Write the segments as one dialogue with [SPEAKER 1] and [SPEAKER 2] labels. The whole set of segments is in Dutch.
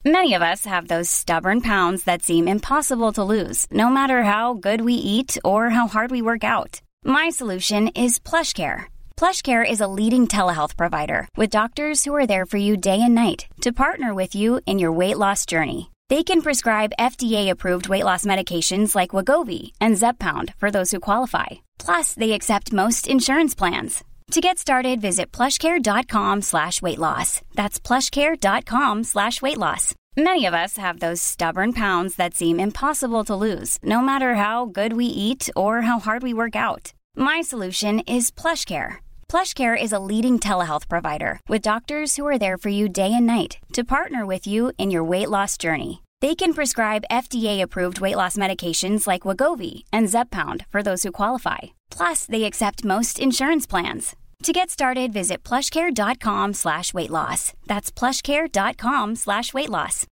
[SPEAKER 1] Many of us have those stubborn pounds that seem impossible to lose, no matter how good we eat or how hard we work out. My solution is PlushCare. PlushCare is a leading telehealth provider with doctors who are there for you day and night to partner with you in your weight loss journey. They can prescribe FDA-approved weight loss medications like Wegovy and Zepbound for those who qualify. Plus, they accept most insurance plans. To get started, visit plushcare.com/weightloss. That's plushcare.com/weightloss. Many of us have those stubborn pounds that seem impossible to lose, no matter how good we eat or how hard we work out. My solution is PlushCare. PlushCare is a leading telehealth provider with doctors who are there for you day and night to partner with you in your weight loss journey. They can prescribe FDA-approved weight loss medications like Wegovy and Zepbound for those who qualify. Plus, they accept most insurance plans. To get started, visit plushcare.com/weightloss. That's plushcare.com/weightloss.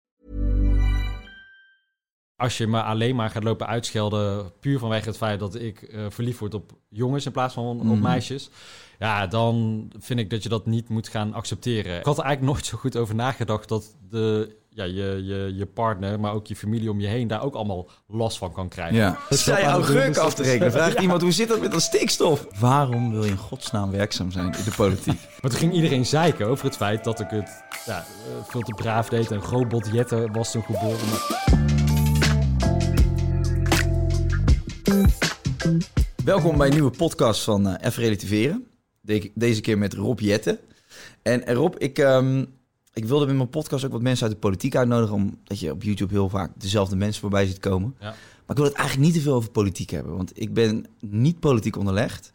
[SPEAKER 2] Als je me alleen maar gaat lopen uitschelden, puur vanwege het feit dat ik verliefd word op jongens in plaats van op meisjes, ja, dan vind ik dat je dat niet moet gaan accepteren. Ik had er eigenlijk nooit zo goed over nagedacht dat je partner, maar ook je familie om je heen daar ook allemaal last van kan krijgen.
[SPEAKER 3] Ja. Sta je augurk af te rekenen? Vraagt iemand, hoe zit dat met dat stikstof? Waarom wil je in godsnaam werkzaam zijn in de politiek?
[SPEAKER 2] Maar toen ging iedereen zeiken over het feit dat ik het veel te braaf deed en Robot Jette was toen geboren.
[SPEAKER 3] Welkom bij een nieuwe podcast van Even Relativeren. Deze keer met Rob Jette. En Rob, ik wilde met mijn podcast ook wat mensen uit de politiek uitnodigen, omdat je op YouTube heel vaak dezelfde mensen voorbij ziet komen. Ja. Maar ik wil het eigenlijk niet te veel over politiek hebben, want ik ben niet politiek onderlegd.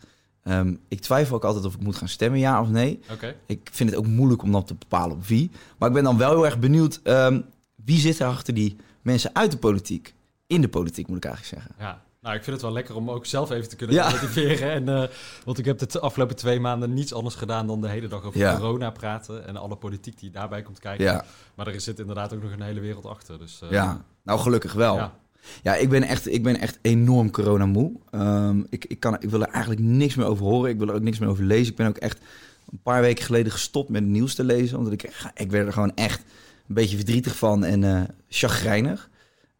[SPEAKER 3] Ik twijfel ook altijd of ik moet gaan stemmen, ja of nee. Okay. Ik vind het ook moeilijk om dan te bepalen op wie. Maar ik ben dan wel heel erg benieuwd, wie zit er achter die mensen uit de politiek? In de politiek, moet ik eigenlijk zeggen.
[SPEAKER 2] Ja. Nou, ik vind het wel lekker om ook zelf even te kunnen relativeren. Want ik heb de afgelopen 2 maanden niets anders gedaan dan de hele dag over corona praten. En alle politiek die daarbij komt kijken. Ja. Maar er zit inderdaad ook nog een hele wereld achter. Dus,
[SPEAKER 3] nou gelukkig wel. Ja, ik ben echt enorm coronamoe. Ik wil er eigenlijk niks meer over horen. Ik wil er ook niks meer over lezen. Ik ben ook echt een paar weken geleden gestopt met het nieuws te lezen. Omdat ik werd er gewoon echt een beetje verdrietig van en chagrijnig.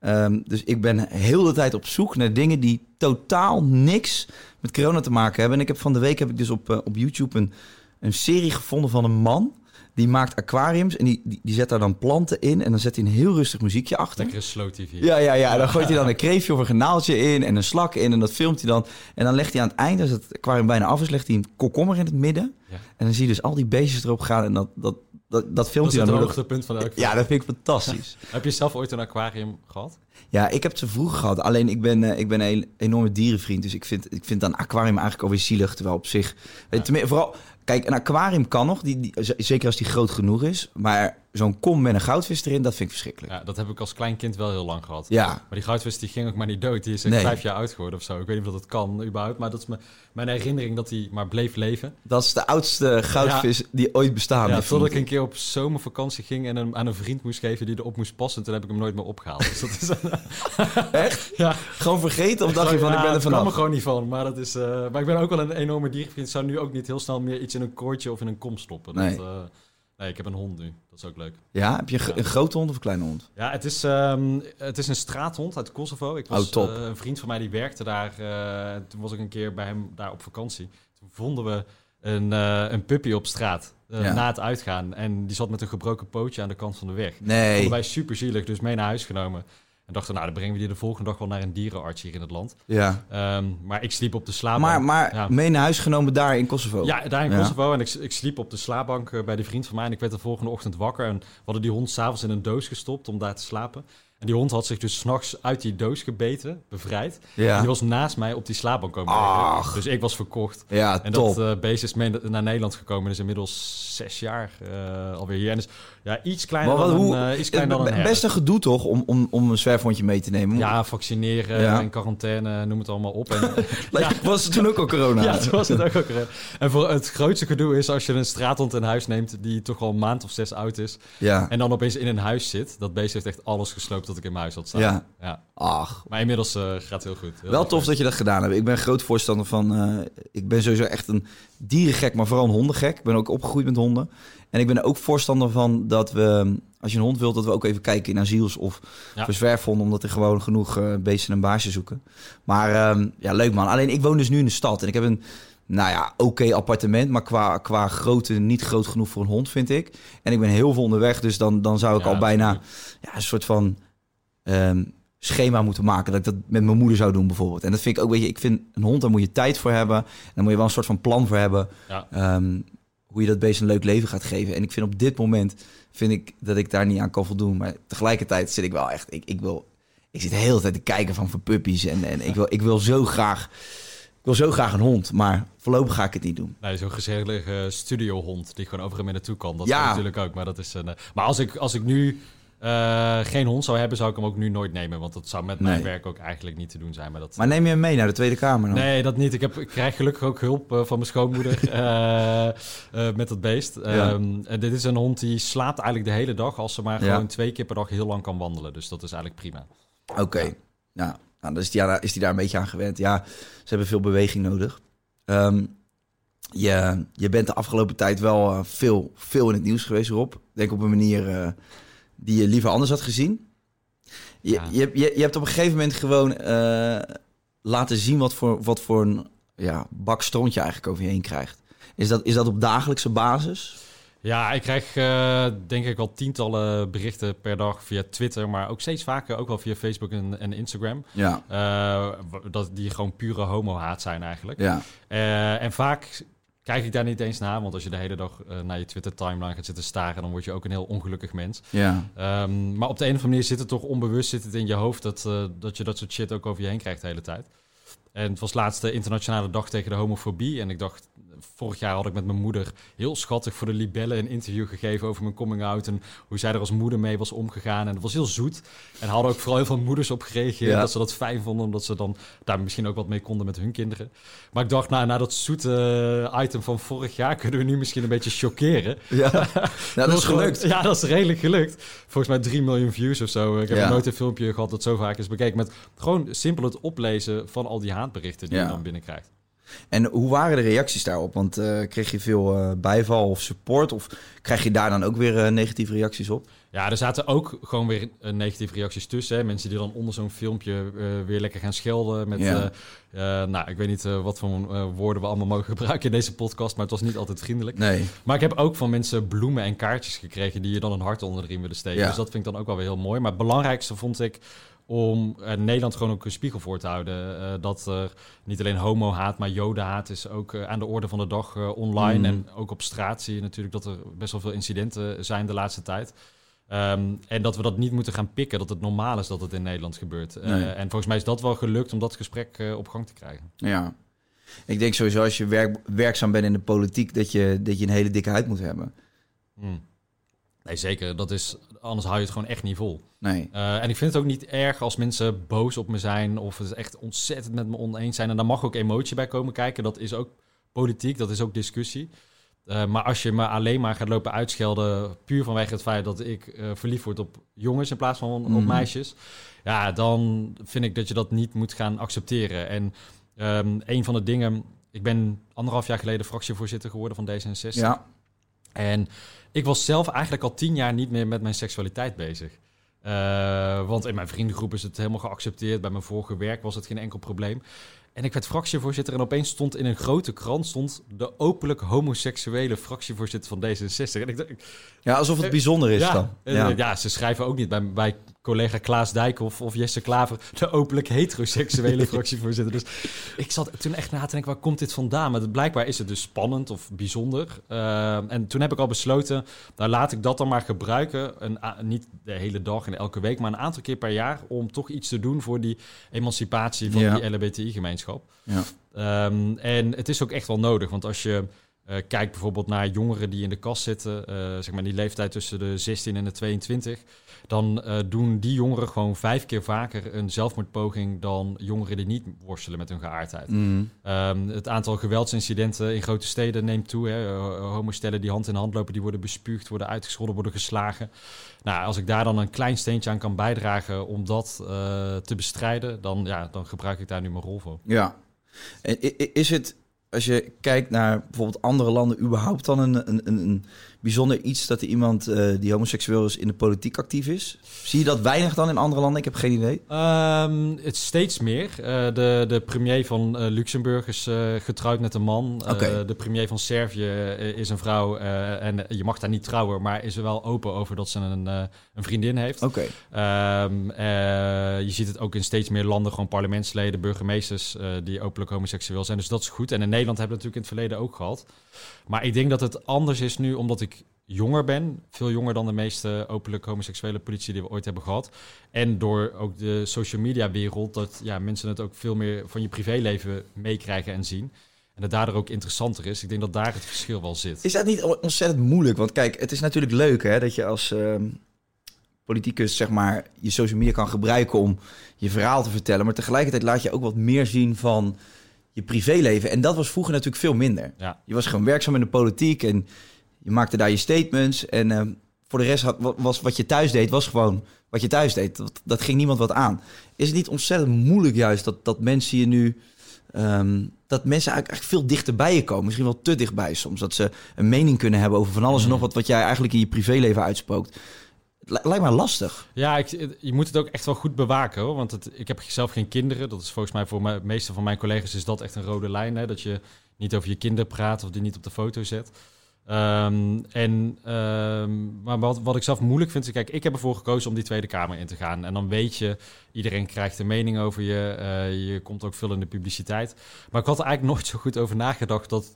[SPEAKER 3] Dus ik ben heel de tijd op zoek naar dingen die totaal niks met corona te maken hebben. En van de week heb ik dus op YouTube een serie gevonden van een man. Die maakt aquariums en die zet daar dan planten in. En dan zet hij een heel rustig muziekje achter.
[SPEAKER 2] Lekker slow TV.
[SPEAKER 3] Ja. Dan gooit hij dan een kreefje of een garnaaltje in en een slak in. En dat filmt hij dan. En dan legt hij aan het eind, als het aquarium bijna af is, legt hij een komkommer in het midden. Ja. En dan zie je dus al die beestjes erop gaan. En dat filmt hij dan.
[SPEAKER 2] Dat is het hoogtepunt van de aquarium.
[SPEAKER 3] Ja, dat vind ik fantastisch.
[SPEAKER 2] Heb je zelf ooit een aquarium gehad?
[SPEAKER 3] Ja, ik heb ze vroeger gehad. Alleen ik ben een enorme dierenvriend. Dus ik vind dan aquarium eigenlijk alweer zielig. Terwijl op zich... Vooral... Kijk, een aquarium kan nog, zeker als die groot genoeg is. Maar zo'n kom met een goudvis erin, dat vind ik verschrikkelijk.
[SPEAKER 2] Ja, dat heb ik als klein kind wel heel lang gehad.
[SPEAKER 3] Ja.
[SPEAKER 2] Maar die goudvis die ging ook maar niet dood. Die is 5 jaar oud geworden of zo. Ik weet niet of dat kan überhaupt. Maar dat is mijn herinnering dat hij maar bleef leven.
[SPEAKER 3] Dat is de oudste goudvis die ooit bestaan heeft.
[SPEAKER 2] Ja, totdat ik een keer op zomervakantie ging en hem aan een vriend moest geven die erop moest passen. En toen heb ik hem nooit meer opgehaald. Dus dat is...
[SPEAKER 3] Echt? Ja. Gewoon vergeten of dacht je van, ik ben er vanaf?
[SPEAKER 2] Ik kwam er gewoon niet van. Maar, maar ik ben ook wel een enorme dierenvriend. Ik zou nu ook niet heel snel meer iets in een koordje of in een kom stoppen.
[SPEAKER 3] Nee.
[SPEAKER 2] Nee, ik heb een hond nu. Dat is ook leuk.
[SPEAKER 3] Ja? Heb je een grote hond of een kleine hond?
[SPEAKER 2] Ja, het is een straathond uit Kosovo. Ik was een vriend van mij die werkte daar. Toen was ik een keer bij hem daar op vakantie. Toen vonden we een puppy op straat na het uitgaan. En die zat met een gebroken pootje aan de kant van de weg.
[SPEAKER 3] Nee.
[SPEAKER 2] Vonden wij super zielig, dus mee naar huis genomen. En dachten, dan brengen we die de volgende dag wel naar een dierenarts hier in het land.
[SPEAKER 3] Ja.
[SPEAKER 2] Maar ik sliep op de slaapbank.
[SPEAKER 3] Maar mee naar huis genomen daar in Kosovo?
[SPEAKER 2] Ja, daar in Kosovo. En ik sliep op de slaapbank bij de vriend van mij. En ik werd de volgende ochtend wakker. En we hadden die hond 's avonds in een doos gestopt om daar te slapen. En die hond had zich dus 's nachts uit die doos gebeten, bevrijd. Ja. En die was naast mij op die slaapbank komen liggen. Dus ik was verkocht.
[SPEAKER 3] Ja,
[SPEAKER 2] en
[SPEAKER 3] top.
[SPEAKER 2] dat beest is mee naar Nederland gekomen. En is inmiddels 6 jaar alweer hier. En is iets kleiner dan een
[SPEAKER 3] best een gedoe toch om een zwerfhondje mee te nemen?
[SPEAKER 2] Ja, vaccineren en quarantaine, noem het allemaal op. En,
[SPEAKER 3] was het toen ook al corona?
[SPEAKER 2] Ja, toen was het ook al corona. En voor het grootste gedoe is als je een straathond in huis neemt die toch al een maand of 6 oud is. Ja. En dan opeens in een huis zit. Dat beest heeft echt alles gesloopt dat ik in mijn huis had staan. Ja.
[SPEAKER 3] Ach.
[SPEAKER 2] Maar inmiddels gaat het heel goed.
[SPEAKER 3] Wel tof dat je dat gedaan hebt. Ik ben groot voorstander van... ik ben sowieso echt een dierengek, maar vooral een hondengek. Ik ben ook opgegroeid met honden. En ik ben er ook voorstander van dat we als je een hond wilt, dat we ook even kijken in asiels of verzwerfhonden, omdat er gewoon genoeg beesten een baasje zoeken. Maar leuk man. Alleen ik woon dus nu in de stad en ik heb een oké appartement, maar qua grootte niet groot genoeg voor een hond, vind ik. En ik ben heel veel onderweg, dus dan zou ik al bijna een soort van schema moeten maken, dat ik dat met mijn moeder zou doen bijvoorbeeld. En dat vind ik ook, ik vind een hond, daar moet je tijd voor hebben. En daar moet je wel een soort van plan voor hebben. Ja. Hoe je dat beest een leuk leven gaat geven. En ik vind op dit moment dat ik daar niet aan kan voldoen. Maar tegelijkertijd zit ik wel echt, ik zit de hele tijd te kijken van voor puppies. En ik wil zo graag een hond, maar voorlopig ga ik het niet doen.
[SPEAKER 2] Nee, zo'n gezellige studiohond die gewoon overal mee naartoe kan. Dat is natuurlijk ook, maar dat is een... Maar als ik nu geen hond zou hebben, zou ik hem ook nu nooit nemen. Want dat zou met mijn werk ook eigenlijk niet te doen zijn. Maar
[SPEAKER 3] neem je hem mee naar de Tweede Kamer dan?
[SPEAKER 2] Nee, dat niet. Ik krijg gelukkig ook hulp van mijn schoonmoeder met dat beest. En dit is een hond die slaapt eigenlijk de hele dag als ze maar gewoon 2 keer per dag heel lang kan wandelen. Dus dat is eigenlijk prima.
[SPEAKER 3] Oké. Nou, dan is hij daar een beetje aan gewend. Ja, ze hebben veel beweging nodig. Je bent de afgelopen tijd wel veel in het nieuws geweest, Rob. Ik denk op een manier die je liever anders had gezien. Je hebt op een gegeven moment gewoon laten zien wat voor een bak stront je eigenlijk over je heen krijgt. Is dat op dagelijkse basis?
[SPEAKER 2] Ja, ik krijg denk ik wel tientallen berichten per dag via Twitter, maar ook steeds vaker ook wel via Facebook en Instagram. Ja. Dat die gewoon pure homo-haat zijn eigenlijk. Ja. En vaak kijk ik daar niet eens naar, want als je de hele dag naar je Twitter-timeline gaat zitten staren, dan word je ook een heel ongelukkig mens. Ja. Maar op de een of andere manier zit het toch onbewust in je hoofd dat je dat soort shit ook over je heen krijgt de hele tijd. En het was laatst de internationale dag tegen de homofobie. En ik dacht, vorig jaar had ik met mijn moeder heel schattig voor de Libellen een interview gegeven over mijn coming-out en hoe zij er als moeder mee was omgegaan. En dat was heel zoet. En hadden ook vooral heel veel moeders op gereageerd, dat ze dat fijn vonden, omdat ze dan daar misschien ook wat mee konden met hun kinderen. Maar ik dacht, na dat zoete item van vorig jaar kunnen we nu misschien een beetje chockeren. Ja,
[SPEAKER 3] dat is gelukt.
[SPEAKER 2] Ja, dat is redelijk gelukt. Volgens mij 3 miljoen views of zo. Ik heb nog nooit een filmpje gehad dat zo vaak is bekeken, met gewoon simpel het oplezen van al die haatberichten die je dan binnenkrijgt.
[SPEAKER 3] En hoe waren de reacties daarop? Want kreeg je veel bijval of support? Of krijg je daar dan ook weer negatieve reacties op?
[SPEAKER 2] Ja, er zaten ook gewoon weer negatieve reacties tussen. Hè? Mensen die dan onder zo'n filmpje weer lekker gaan schelden. Met, ik weet niet wat voor woorden we allemaal mogen gebruiken in deze podcast, maar het was niet altijd vriendelijk. Nee. Maar ik heb ook van mensen bloemen en kaartjes gekregen die je dan een hart onder de riem willen steken. Ja. Dus dat vind ik dan ook wel weer heel mooi. Maar het belangrijkste vond ik om Nederland gewoon ook een spiegel voor te houden. Dat er niet alleen homo-haat, maar jodenhaat is ook aan de orde van de dag online. En ook op straat zie je natuurlijk dat er best wel veel incidenten zijn de laatste tijd. En dat we dat niet moeten gaan pikken, dat het normaal is dat het in Nederland gebeurt. En volgens mij is dat wel gelukt om dat gesprek op gang te krijgen.
[SPEAKER 3] Ja, ik denk sowieso als je werkzaam bent in de politiek, dat je een hele dikke huid moet hebben.
[SPEAKER 2] Nee, zeker. Anders hou je het gewoon echt niet vol.
[SPEAKER 3] Nee.
[SPEAKER 2] En ik vind het ook niet erg als mensen boos op me zijn of het echt ontzettend met me oneens zijn. En daar mag ook emotie bij komen kijken. Dat is ook politiek, dat is ook discussie. Maar als je me alleen maar gaat lopen uitschelden, puur vanwege het feit dat ik verliefd word op jongens in plaats van op meisjes, ja, dan vind ik dat je dat niet moet gaan accepteren. En een van de dingen, ik ben 1,5 jaar geleden fractievoorzitter geworden van D66. Ja. En ik was zelf eigenlijk al 10 jaar niet meer met mijn seksualiteit bezig. Want in mijn vriendengroep is het helemaal geaccepteerd. Bij mijn vorige werk was het geen enkel probleem. En ik werd fractievoorzitter en opeens stond in een grote krant de openlijk homoseksuele fractievoorzitter van D66. En ik dacht,
[SPEAKER 3] ja, alsof het bijzonder is dan.
[SPEAKER 2] Ja, ze schrijven ook niet bij collega Klaas Dijk of Jesse Klaver de openlijk heteroseksuele fractievoorzitter. Dus ik zat toen echt na te denken, waar komt dit vandaan? Maar blijkbaar is het dus spannend of bijzonder. En toen heb ik al besloten, nou laat ik dat dan maar gebruiken. Niet de hele dag en elke week, maar een aantal keer per jaar om toch iets te doen voor die emancipatie van die LHBTI-gemeenschap. Ja. En het is ook echt wel nodig, want als je kijkt bijvoorbeeld naar jongeren die in de kast zitten, zeg maar die leeftijd tussen de 16 en de 22, dan doen die jongeren gewoon 5 keer vaker een zelfmoordpoging dan jongeren die niet worstelen met hun geaardheid. Het aantal geweldsincidenten in grote steden neemt toe. Homostellen die hand in hand lopen, die worden bespuugd, worden uitgescholden, worden geslagen. Nou, als ik daar dan een klein steentje aan kan bijdragen om dat te bestrijden, dan gebruik ik daar nu mijn rol voor.
[SPEAKER 3] Ja. Is het als je kijkt naar bijvoorbeeld andere landen, überhaupt dan een bijzonder iets dat er iemand die homoseksueel is in de politiek actief is? Zie je dat weinig dan in andere landen? Ik heb geen idee.
[SPEAKER 2] Het steeds meer. De premier van Luxemburg is getrouwd met een man. De premier van Servië is een vrouw. En je mag daar niet trouwen, maar is er wel open over dat ze een vriendin heeft. Je ziet het ook in steeds meer landen, gewoon parlementsleden, burgemeesters die openlijk homoseksueel zijn. Dus dat is goed. En in Nederland hebben we het natuurlijk in het verleden ook gehad. Maar ik denk dat het anders is nu, omdat ik jonger ben. Veel jonger dan de meeste openlijk homoseksuele politici die we ooit hebben gehad. En door ook de social media wereld, dat mensen het ook veel meer van je privéleven meekrijgen en zien. En dat daardoor ook interessanter is. Ik denk dat daar het verschil wel zit.
[SPEAKER 3] Is dat niet ontzettend moeilijk? Want kijk, het is natuurlijk leuk hè, dat je als politicus zeg maar je social media kan gebruiken om je verhaal te vertellen. Maar tegelijkertijd laat je ook wat meer zien van je privéleven. En dat was vroeger natuurlijk veel minder. Ja. Je was gewoon werkzaam in de politiek en je maakte daar je statements. En voor de rest was wat je thuis deed, was gewoon wat je thuis deed. Dat ging niemand wat aan. Is het niet ontzettend moeilijk juist dat mensen je nu dat mensen eigenlijk veel dichterbij je komen. Misschien wel te dichtbij soms. Dat ze een mening kunnen hebben over van alles en nog wat jij eigenlijk in je privéleven uitspookt. Het lijkt me lastig.
[SPEAKER 2] Ja, je moet het ook echt wel goed bewaken, hoor. Want ik heb zelf geen kinderen. Dat is volgens mij voor de meeste van mijn collega's is dat echt een rode lijn. Hè? Dat je niet over je kinderen praat of die niet op de foto zet. Maar wat ik zelf moeilijk vind, is, kijk, ik heb ervoor gekozen om die Tweede Kamer in te gaan. En dan weet je, iedereen krijgt een mening over je. Je komt ook veel in de publiciteit. Maar ik had er eigenlijk nooit zo goed over nagedacht dat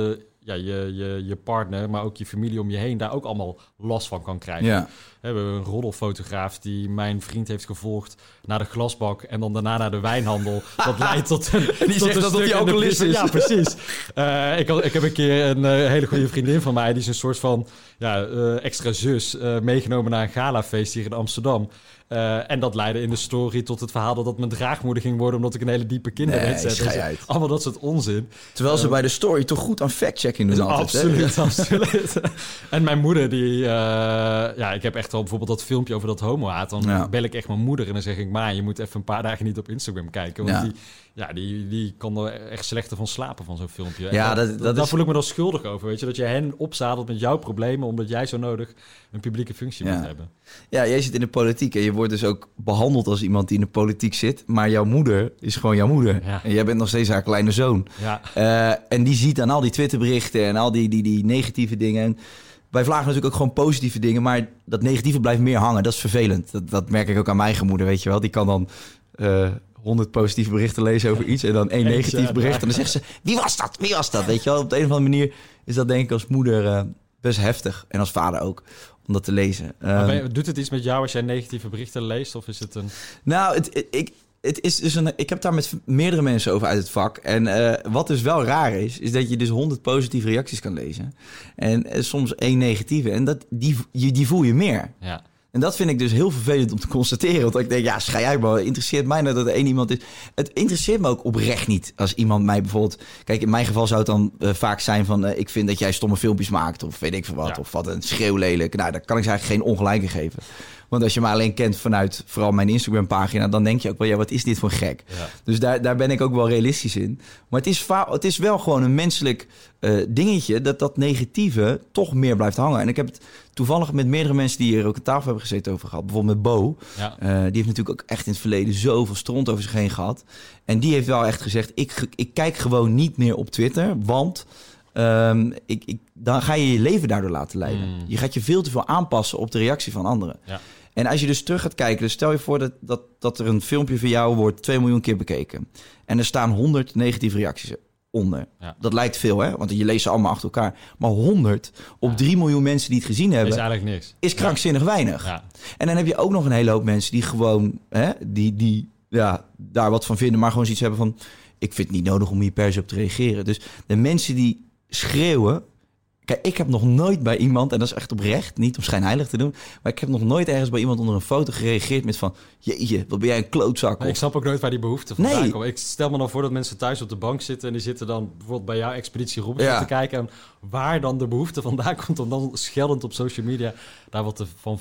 [SPEAKER 2] je partner, maar ook je familie om je heen daar ook allemaal last van kan krijgen. Ja. We hebben een roddelfotograaf die mijn vriend heeft gevolgd naar de glasbak en dan daarna naar de wijnhandel. Dat leidt tot een
[SPEAKER 3] en die zegt dat hij alcoholist is.
[SPEAKER 2] Ja, precies. Ik heb een keer een hele goede vriendin van mij, die is een soort van extra zus meegenomen naar een galafeest hier in Amsterdam. En dat leidde in de story tot het verhaal dat mijn draagmoeder ging worden omdat ik een hele diepe kinderwet zette. Allemaal dat soort onzin.
[SPEAKER 3] Terwijl ze bij de story toch goed aan fact-checking doen altijd.
[SPEAKER 2] Absoluut. En mijn moeder, ik heb echt al bijvoorbeeld dat filmpje over dat homo-haat. Dan bel ik echt mijn moeder en dan zeg ik, ma, je moet even een paar dagen niet op Instagram kijken. Want die kan er echt slechter van slapen van zo'n filmpje. Ja, daar voel ik me dan schuldig over, weet je. Dat je hen opzadelt met jouw problemen omdat jij zo nodig een publieke functie moet hebben.
[SPEAKER 3] Ja, jij zit in de politiek en je wordt dus ook behandeld als iemand die in de politiek zit. Maar jouw moeder is gewoon jouw moeder. Ja. En jij bent nog steeds haar kleine zoon. Ja. En die ziet dan al die Twitterberichten en al die negatieve dingen. En wij vragen natuurlijk ook gewoon positieve dingen, maar dat negatieve blijft meer hangen. Dat is vervelend. Dat merk ik ook aan mijn eigen moeder, weet je wel. Die kan dan 100 positieve berichten lezen over iets en dan 1 negatief bericht. En dan zegt ze, wie was dat? Weet je wel, op de een of andere manier is dat denk ik als moeder best heftig. En als vader ook, om dat te lezen.
[SPEAKER 2] Doet het iets met jou als jij negatieve berichten leest? Of is het een...
[SPEAKER 3] Nou, het is dus ik heb daar met meerdere mensen over uit het vak. En wat dus wel raar is dat je dus 100 positieve reacties kan lezen. En soms 1 negatieve. En die voel je meer. Ja. En dat vind ik dus heel vervelend om te constateren. Want ik denk, schei uit, maar het interesseert mij dat er 1 iemand is. Het interesseert me ook oprecht niet als iemand mij bijvoorbeeld... Kijk, in mijn geval zou het dan vaak zijn van... ik vind dat jij stomme filmpjes maakt of weet ik veel wat. Ja. Of wat een schreeuwlelijk. Nou, daar kan ik eigenlijk geen ongelijk in geven. Want als je me alleen kent vanuit vooral mijn Instagram-pagina... dan denk je ook wel, wat is dit voor gek? Ja. Dus daar ben ik ook wel realistisch in. Maar het is wel gewoon een menselijk dingetje... dat negatieve toch meer blijft hangen. En ik heb het toevallig met meerdere mensen die hier ook aan tafel hebben gezeten over gehad. Bijvoorbeeld met Bo. Ja. Die heeft natuurlijk ook echt in het verleden zoveel stront over zich heen gehad. En die heeft wel echt gezegd... ik kijk gewoon niet meer op Twitter, want... dan ga je je leven daardoor laten leiden. Je gaat je veel te veel aanpassen op de reactie van anderen. Ja. En als je dus terug gaat kijken... dus stel je voor dat er een filmpje van jou wordt 2 miljoen keer bekeken. En er staan 100 negatieve reacties onder. Ja. Dat lijkt veel, hè? Want je leest ze allemaal achter elkaar. Maar 100 op 3 miljoen mensen die het gezien hebben...
[SPEAKER 2] is eigenlijk niks.
[SPEAKER 3] Is krankzinnig weinig. Ja. En dan heb je ook nog een hele hoop mensen die gewoon... die daar wat van vinden... maar gewoon zoiets hebben van... ik vind het niet nodig om hier per se op te reageren. Dus de mensen die schreeuwen... Kijk, ik heb nog nooit bij iemand, en dat is echt oprecht, niet om schijnheilig te doen, maar ik heb nog nooit ergens bij iemand onder een foto gereageerd met van, jeetje, wat ben jij een klootzak.
[SPEAKER 2] Ik snap ook nooit waar die behoefte vandaan komt. Ik stel me dan voor dat mensen thuis op de bank zitten en die zitten dan bijvoorbeeld bij jouw Expeditie Robinson te kijken en waar dan de behoefte vandaan komt om dan scheldend op social media daar wat van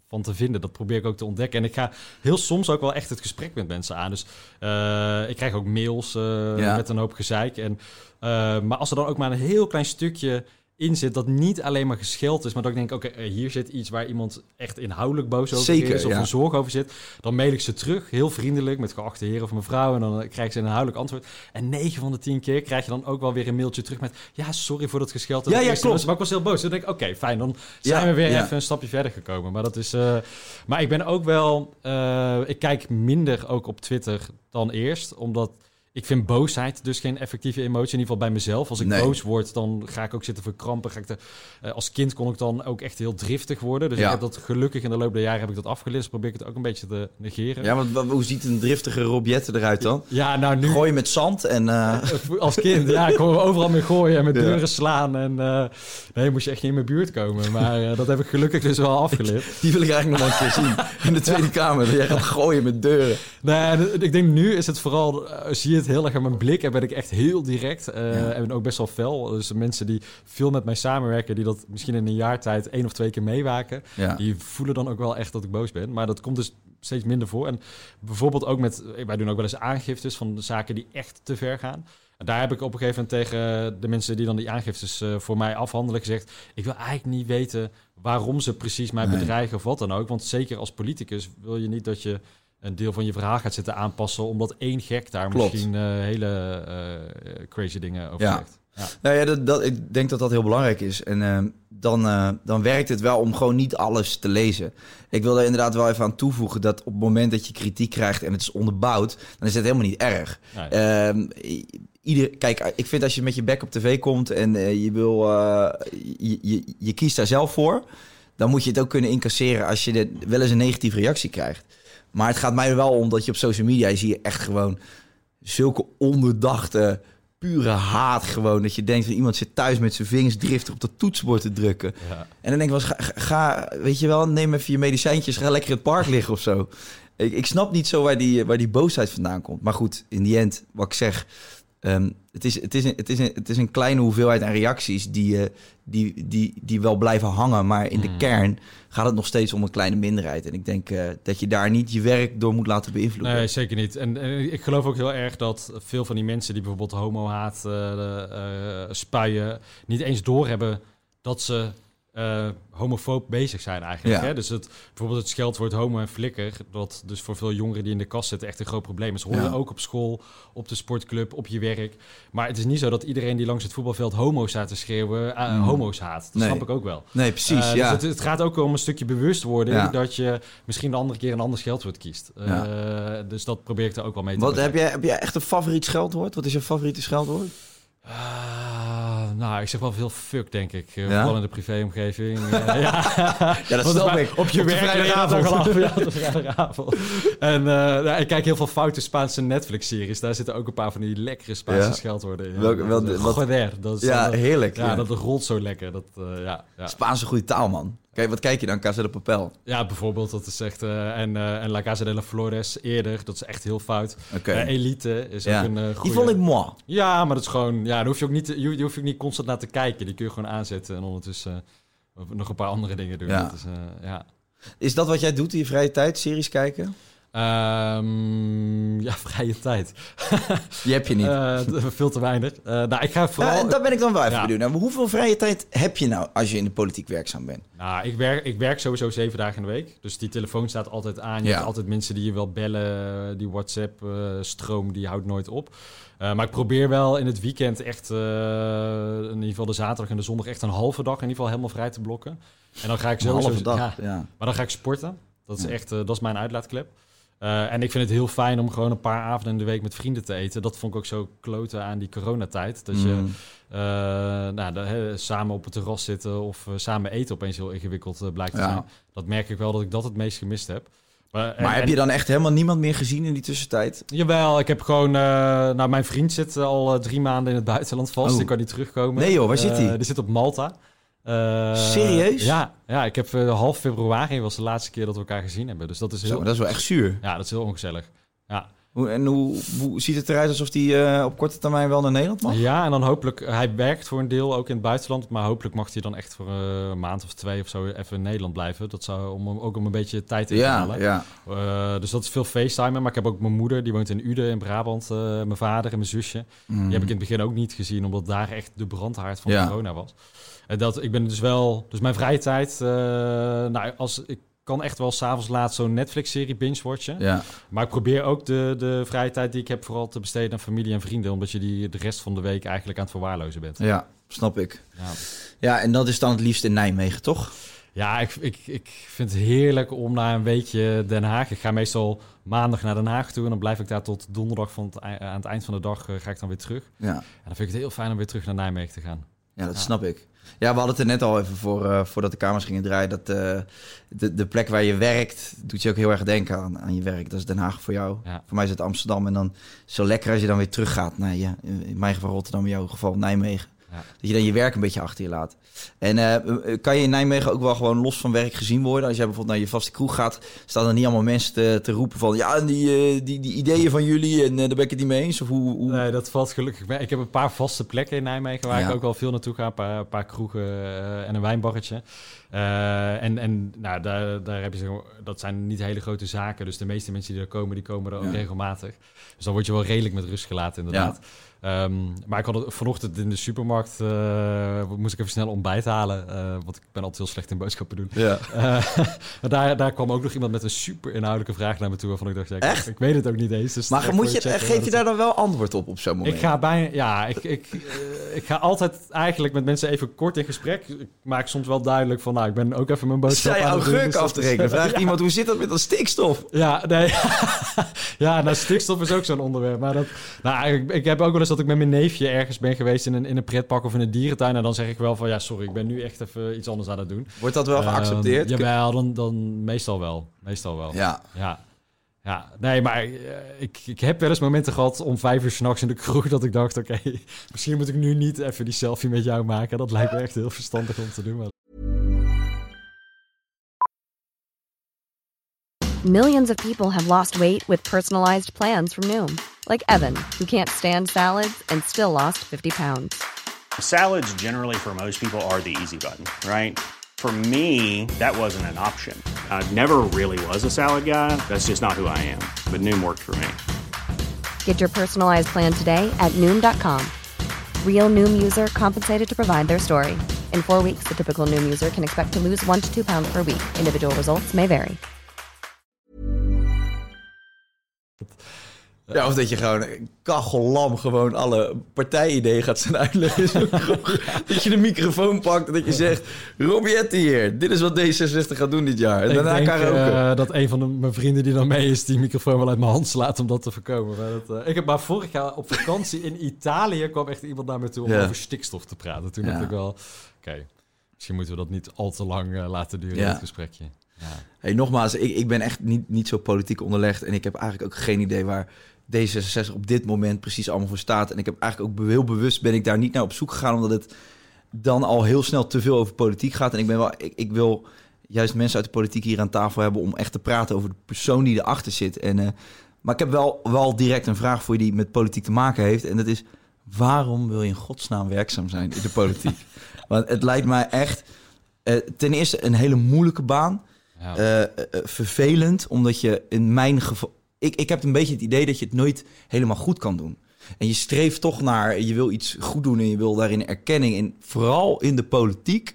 [SPEAKER 2] van te vinden. Dat probeer ik ook te ontdekken. En ik ga heel soms ook wel echt het gesprek met mensen aan. Dus ik krijg ook mails met een hoop gezeik. Maar als er dan ook maar een heel klein stukje in zit dat niet alleen maar gescheld is, maar dat ik denk, oké, hier zit iets waar iemand echt inhoudelijk boos over is of een zorg over zit, dan mail ik ze terug, heel vriendelijk, met geachte heer of mevrouw, en dan krijg ik ze een inhoudelijk antwoord. En 9 van de 10 keer krijg je dan ook wel weer een mailtje terug met, ja, sorry voor dat gescheld.
[SPEAKER 3] Ja, klopt.
[SPEAKER 2] Maar ik was heel boos. Dan denk ik, oké, fijn, dan zijn we weer even een stapje verder gekomen. Maar dat is, maar ik ben ook wel, ik kijk minder ook op Twitter dan eerst, omdat ik vind boosheid dus geen effectieve emotie, in ieder geval bij mezelf. Als ik boos word, dan ga ik ook zitten verkrampen. Als kind kon ik dan ook echt heel driftig worden. Dus ik heb dat gelukkig in de loop der jaren heb ik dat afgeleerd. Dus probeer ik het ook een beetje te negeren.
[SPEAKER 3] Ja, want hoe ziet een driftige Rob Jetten eruit dan?
[SPEAKER 2] Ja, nou nu...
[SPEAKER 3] Gooien met zand en...
[SPEAKER 2] Als kind, ik kon overal mee gooien en met deuren slaan. En nee, moest je echt niet in mijn buurt komen. Maar dat heb ik gelukkig dus wel afgeleerd.
[SPEAKER 3] Die wil ik eigenlijk nog een keer zien. In de Tweede Kamer, dat jij gaat gooien met deuren.
[SPEAKER 2] Nee, ik denk nu is het vooral... zie je het heel erg aan mijn blik en ben ik echt heel direct. En ook best wel fel. Dus mensen die veel met mij samenwerken, die dat misschien in een jaar tijd 1 of 2 keer meewaken, die voelen dan ook wel echt dat ik boos ben. Maar dat komt dus steeds minder voor. En bijvoorbeeld ook wij doen ook wel eens aangiftes van de zaken die echt te ver gaan. En daar heb ik op een gegeven moment tegen de mensen die dan die aangiftes voor mij afhandelen gezegd, ik wil eigenlijk niet weten waarom ze precies mij bedreigen of wat dan ook. Want zeker als politicus wil je niet dat je een deel van je verhaal gaat zitten aanpassen, omdat 1 gek daar misschien hele crazy dingen over zegt. Ja.
[SPEAKER 3] Nou ja, ik denk dat dat heel belangrijk is. En dan werkt het wel om gewoon niet alles te lezen. Ik wil daar inderdaad wel even aan toevoegen dat op het moment dat je kritiek krijgt en het is onderbouwd, dan is het helemaal niet erg. Nee. Kijk, ik vind als je met je bek op tv komt en je kiest daar zelf voor, dan moet je het ook kunnen incasseren als je wel eens een negatieve reactie krijgt. Maar het gaat mij er wel om dat je op social media zie je echt gewoon zulke onderdachte, pure haat gewoon. Dat je denkt van iemand zit thuis met zijn vingers driftig op dat toetsenbord te drukken. Ja. En dan denk ik wel eens, ga, weet je wel, neem even je medicijntjes, ga lekker in het park liggen of zo. Ik snap niet zo waar die boosheid vandaan komt. Maar goed, in die end, wat ik zeg, het is een kleine hoeveelheid aan reacties die wel blijven hangen. Maar in de kern gaat het nog steeds om een kleine minderheid. En ik denk dat je daar niet je werk door moet laten beïnvloeden.
[SPEAKER 2] Nee, zeker niet. En ik geloof ook heel erg dat veel van die mensen die bijvoorbeeld homo-haat spuien, niet eens doorhebben dat ze homofoob bezig zijn eigenlijk. Ja. Hè? Dus bijvoorbeeld het scheldwoord homo en flikker, dat dus voor veel jongeren die in de kast zitten echt een groot probleem is. Hoor je ook op school, op de sportclub, op je werk. Maar het is niet zo dat iedereen die langs het voetbalveld homo staat te schreeuwen, homo's haat. Dat snap ik ook wel.
[SPEAKER 3] Nee, precies.
[SPEAKER 2] Dus het gaat ook om een stukje bewustwording dat je misschien de andere keer een ander scheldwoord kiest. Dus dat probeer ik er ook wel mee te doen.
[SPEAKER 3] Heb jij echt een favoriet scheldwoord? Wat is je favoriete scheldwoord?
[SPEAKER 2] Nou, ik zeg wel veel fuck, denk ik. Vooral in de privéomgeving.
[SPEAKER 3] Dat snap ik.
[SPEAKER 2] Op je vrijdagavond. Op de vrijdagavond. En ik kijk heel veel foute Spaanse Netflix-series. Daar zitten ook een paar van die lekkere Spaanse scheldwoorden in.
[SPEAKER 3] Heerlijk.
[SPEAKER 2] Ja, dat rolt zo lekker.
[SPEAKER 3] Spaanse goede taal, man. Kijk, wat kijk je dan? Casa de Papel?
[SPEAKER 2] Ja, bijvoorbeeld. Dat is echt... en La Casa de la Flores eerder. Dat is echt heel fout. Elite is ook een goede...
[SPEAKER 3] Die vond ik mooi.
[SPEAKER 2] Ja, maar dat is gewoon... Ja, daar hoef je ook niet, je hoeft ook niet constant naar te kijken. Die kun je gewoon aanzetten en ondertussen nog een paar andere dingen doen.
[SPEAKER 3] Ja.
[SPEAKER 2] Dat is,
[SPEAKER 3] Is dat wat jij doet in je vrije tijd? Series kijken?
[SPEAKER 2] Vrije tijd.
[SPEAKER 3] Die heb je niet.
[SPEAKER 2] Veel te weinig. Ik ga vooral...
[SPEAKER 3] daar ben ik dan wel even benieuwd naar. Hoeveel vrije tijd heb je nou als je in de politiek werkzaam bent?
[SPEAKER 2] Nou, ik werk sowieso 7 dagen in de week. Dus die telefoon staat altijd aan. Je hebt altijd mensen die je wel bellen. Die WhatsApp-stroom, die houdt nooit op. Maar ik probeer wel in het weekend echt... in ieder geval de zaterdag en de zondag echt een halve dag in ieder geval helemaal vrij te blokken. En dan ga ik sowieso...
[SPEAKER 3] Een halve dag,
[SPEAKER 2] Maar dan ga ik sporten. Dat is echt... dat is mijn uitlaatklep. En ik vind het heel fijn om gewoon een paar avonden in de week met vrienden te eten. Dat vond ik ook zo kloten aan die coronatijd. Dat je samen op het terras zitten of samen eten opeens heel ingewikkeld blijkt te zijn. Dat merk ik wel dat ik dat het meest gemist heb.
[SPEAKER 3] Maar heb je dan echt helemaal niemand meer gezien in die tussentijd?
[SPEAKER 2] Jawel, ik heb gewoon... mijn vriend zit al 3 maanden in het buitenland vast. Die kan niet terugkomen.
[SPEAKER 3] Nee joh, waar zit hij?
[SPEAKER 2] Die zit op Malta.
[SPEAKER 3] Serieus?
[SPEAKER 2] Ja, ik heb half februari was de laatste keer dat we elkaar gezien hebben. Dus dat is heel...
[SPEAKER 3] dat is wel echt zuur.
[SPEAKER 2] Ja, dat is heel ongezellig. Ja.
[SPEAKER 3] Hoe ziet het eruit alsof hij op korte termijn wel naar Nederland mag?
[SPEAKER 2] Ja, en dan hopelijk... Hij werkt voor een deel ook in het buitenland, maar hopelijk mag hij dan echt voor een maand of 2 of zo even in Nederland blijven. Dat zou om een beetje tijd in te halen.
[SPEAKER 3] Ja.
[SPEAKER 2] Dus dat is veel facetimen. Maar ik heb ook mijn moeder, die woont in Uden in Brabant. Mijn vader en mijn zusje. Die heb ik in het begin ook niet gezien, omdat daar echt de brandhaard van corona was. Ik ben dus wel... Dus mijn vrije tijd... ik kan echt wel 's avonds laat zo'n Netflix-serie binge-watchen. Ja. Maar ik probeer ook de vrije tijd die ik heb vooral te besteden aan familie en vrienden, omdat je die de rest van de week eigenlijk aan het verwaarlozen bent.
[SPEAKER 3] Ja, snap ik. Ja, en dat is dan het liefst in Nijmegen, toch?
[SPEAKER 2] Ja, ik vind het heerlijk om naar een weekje Den Haag. Ik ga meestal maandag naar Den Haag toe en dan blijf ik daar tot donderdag aan het eind van de dag ga ik dan weer terug. Ja. En dan vind ik het heel fijn om weer terug naar Nijmegen te gaan.
[SPEAKER 3] Ja, dat snap ik. Ja, we hadden het er net al even voordat de kamers gingen draaien. Dat de plek waar je werkt, doet je ook heel erg denken aan je werk. Dat is Den Haag voor jou. Ja. Voor mij is het Amsterdam. En dan zo lekker als je dan weer teruggaat naar in mijn geval Rotterdam, in jouw geval Nijmegen. Ja. Dat je dan je werk een beetje achter je laat. En kan je in Nijmegen ook wel gewoon los van werk gezien worden? Als jij bijvoorbeeld naar je vaste kroeg gaat, staan er niet allemaal mensen te roepen van... Ja, die ideeën van jullie en daar ben ik het niet mee eens? Of hoe...
[SPEAKER 2] Nee, dat valt gelukkig mee. Ik heb een paar vaste plekken in Nijmegen waar ik ook wel veel naartoe ga. Een paar kroegen en een wijnbarretje. Daar heb je dat zijn niet hele grote zaken. Dus de meeste mensen die er komen er ook regelmatig. Dus dan word je wel redelijk met rust gelaten, inderdaad. Ja. Maar ik had het vanochtend in de supermarkt, moest ik even snel ontbijt halen, want ik ben altijd heel slecht in boodschappen doen. Ja. Maar daar kwam ook nog iemand met een super inhoudelijke vraag naar me toe, waarvan ik dacht, ik weet het ook niet eens. Dus
[SPEAKER 3] maar geef je daar dan wel antwoord op zo'n moment?
[SPEAKER 2] Ik ga altijd eigenlijk met mensen even kort in gesprek. Ik maak soms wel duidelijk van, ik ben ook even mijn boodschap aan het doen.
[SPEAKER 3] Zij af te rekenen. Vraagt iemand, hoe zit dat met dat stikstof?
[SPEAKER 2] Ja, nee. Stikstof is ook zo'n onderwerp. Maar ik heb ook wel eens dat ik met mijn neefje ergens ben geweest in een pretpark of in een dierentuin. En dan zeg ik wel van, sorry, ik ben nu echt even iets anders aan het doen.
[SPEAKER 3] Wordt dat wel geaccepteerd?
[SPEAKER 2] Jawel, dan meestal wel. Ja. Nee, maar ik heb wel eens momenten gehad om 5 uur 's nachts in de kroeg dat ik dacht, oké, misschien moet ik nu niet even die selfie met jou maken. Dat lijkt me echt heel verstandig om te doen. Maar...
[SPEAKER 4] Millions of people have lost weight with personalized plans from Noom. Like Evan, who can't stand salads and still lost 50 pounds.
[SPEAKER 5] Salads generally for most people are the easy button, right? For me, that wasn't an option. I never really was a salad guy. That's just not who I am. But Noom worked for me.
[SPEAKER 4] Get your personalized plan today at Noom.com. Real Noom user compensated to provide their story. In 4 weeks, the typical Noom user can expect to lose 1 to 2 pounds per week. Individual results may vary.
[SPEAKER 3] Ja, of dat je gewoon kachellam gewoon alle partijideeën gaat staan uitleggen. Dat je de microfoon pakt en dat je zegt... Robiette hier, dit is wat D66 gaat doen dit jaar. En daarna karaoke.
[SPEAKER 2] Dat een van mijn vrienden die dan mee is... die microfoon wel uit mijn hand slaat om dat te voorkomen. Ik heb maar vorig jaar op vakantie in Italië... kwam echt iemand naar me toe om over stikstof te praten. Toen dacht ik wel... Oké, misschien moeten we dat niet al te lang laten duren, het gesprekje. Ja.
[SPEAKER 3] Hey, nogmaals, ik ben echt niet zo politiek onderlegd... en ik heb eigenlijk ook geen idee waar... D66 op dit moment precies allemaal voor staat. En ik heb eigenlijk ook heel bewust ben ik daar niet naar op zoek gegaan... omdat het dan al heel snel te veel over politiek gaat. En ik wil juist mensen uit de politiek hier aan tafel hebben... om echt te praten over de persoon die erachter zit. Maar ik heb wel direct een vraag voor je die met politiek te maken heeft. En dat is, waarom wil je in godsnaam werkzaam zijn in de politiek? Want het lijkt mij echt ten eerste een hele moeilijke baan. Ja. Vervelend, omdat je in mijn geval... Ik heb een beetje het idee dat je het nooit helemaal goed kan doen. En je streeft toch naar, je wil iets goed doen en je wil daarin erkenning. En vooral in de politiek,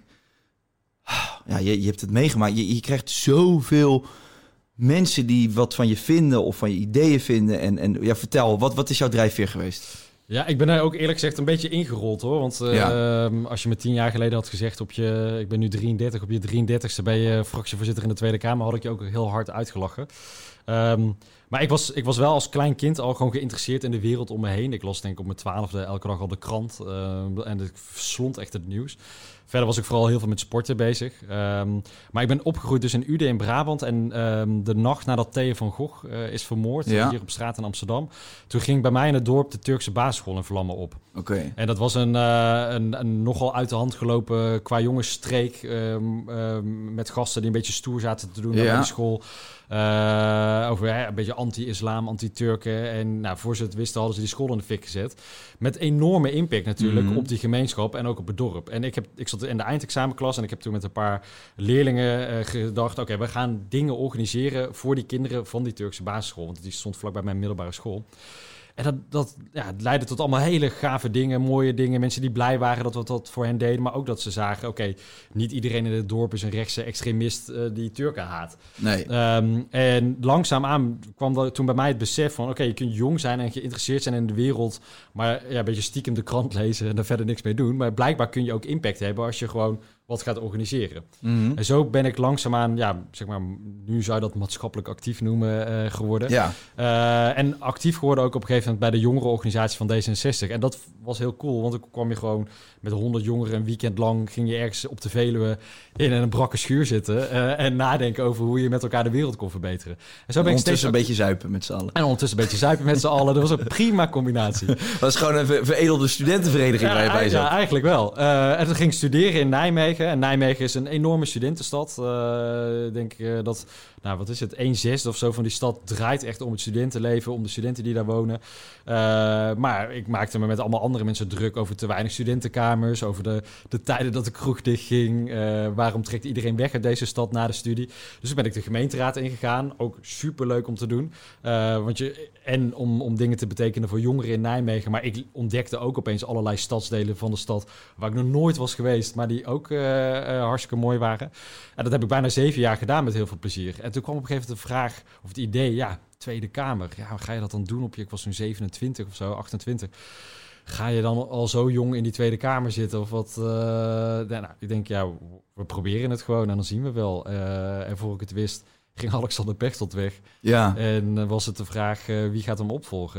[SPEAKER 3] ja, je hebt het meegemaakt. Je krijgt zoveel mensen die wat van je vinden of van je ideeën vinden. En ja, vertel, wat is jouw drijfveer geweest?
[SPEAKER 2] Ja, ik ben daar ook eerlijk gezegd een beetje ingerold hoor. Want als je me 10 jaar geleden had gezegd ik ben nu 33, op je 33ste ben je fractievoorzitter in de Tweede Kamer, had ik je ook heel hard uitgelachen. Maar ik was wel als klein kind al gewoon geïnteresseerd in de wereld om me heen. Ik las denk ik op mijn 12e elke dag al de krant en ik slond echt het nieuws. Verder was ik vooral heel veel met sporten bezig. Maar ik ben opgegroeid dus in Uden in Brabant. En de nacht nadat Theo van Gogh is vermoord, hier op straat in Amsterdam. Toen ging bij mij in het dorp de Turkse basisschool in vlammen op.
[SPEAKER 3] Okay.
[SPEAKER 2] En dat was een nogal uit de hand gelopen qua jongensstreek. Met gasten die een beetje stoer zaten te doen op die school. over een beetje anti-islam, anti-Turken. En voor ze het wisten hadden ze die school in de fik gezet. Met enorme impact natuurlijk op die gemeenschap en ook op het dorp. En ik zat in de eindexamenklas en ik heb toen met een paar leerlingen gedacht... oké, we gaan dingen organiseren voor die kinderen van die Turkse basisschool. Want die stond vlakbij mijn middelbare school. En dat leidde tot allemaal hele gave dingen, mooie dingen. Mensen die blij waren dat we dat voor hen deden. Maar ook dat ze zagen, oké, niet iedereen in het dorp is een rechtse extremist die Turken haat.
[SPEAKER 3] Nee.
[SPEAKER 2] En langzaamaan kwam toen bij mij het besef van... oké, je kunt jong zijn en geïnteresseerd zijn in de wereld... maar een beetje stiekem de krant lezen en daar verder niks mee doen. Maar blijkbaar kun je ook impact hebben als je gewoon wat gaat organiseren. Mm-hmm. En zo ben ik langzaamaan, nu zou je dat maatschappelijk actief noemen, geworden. Ja. En actief geworden ook op een gegeven moment bij de jongerenorganisatie van D66. En dat was heel cool, want dan kwam je gewoon met 100 jongeren een weekend lang... ging je ergens op de Veluwe in een brakke schuur zitten... en nadenken over hoe je met elkaar de wereld kon verbeteren. En zo ben ik steeds
[SPEAKER 3] een beetje zuipen met z'n allen.
[SPEAKER 2] En ondertussen een beetje zuipen met z'n allen. Dat was een prima combinatie.
[SPEAKER 3] Dat was gewoon een veredelde studentenvereniging waar je bij zat.
[SPEAKER 2] Ja, eigenlijk wel. En toen ging ik studeren in Nijmegen. En Nijmegen is een enorme studentenstad. Ik denk dat, wat is het, 1/6 of zo van die stad draait echt om het studentenleven, om de studenten die daar wonen. Maar ik maakte me met allemaal andere mensen druk over te weinig studentenkamers, over de tijden dat de kroeg dichtging. Waarom trekt iedereen weg uit deze stad na de studie? Dus toen ben ik de gemeenteraad ingegaan. Ook superleuk om te doen. Om dingen te betekenen voor jongeren in Nijmegen. Maar ik ontdekte ook opeens allerlei stadsdelen van de stad waar ik nog nooit was geweest, maar die ook hartstikke mooi waren. En dat heb ik bijna 7 jaar gedaan met heel veel plezier. En toen kwam op een gegeven moment de vraag, of het idee, Tweede Kamer. Ja, hoe ga je dat dan doen? Ik was nu 27 of zo, 28. Ga je dan al zo jong in die Tweede Kamer zitten? Of wat? Ik denk, we proberen het gewoon en dan zien we wel. En voor ik het wist, ging Alexander Pechtold weg. Ja. En was het de vraag, wie gaat hem opvolgen?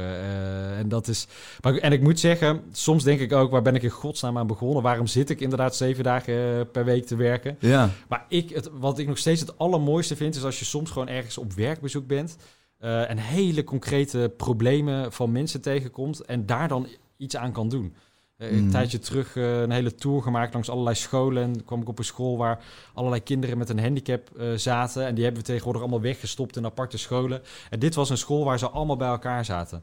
[SPEAKER 2] En ik moet zeggen, soms denk ik ook, waar ben ik in godsnaam aan begonnen? Waarom zit ik inderdaad 7 dagen per week te werken? Ja. Maar wat ik nog steeds het allermooiste vind, is als je soms gewoon ergens op werkbezoek bent... en hele concrete problemen van mensen tegenkomt en daar dan iets aan kan doen. Een tijdje terug een hele tour gemaakt langs allerlei scholen. En kwam ik op een school waar allerlei kinderen met een handicap zaten. En die hebben we tegenwoordig allemaal weggestopt in aparte scholen. En dit was een school waar ze allemaal bij elkaar zaten.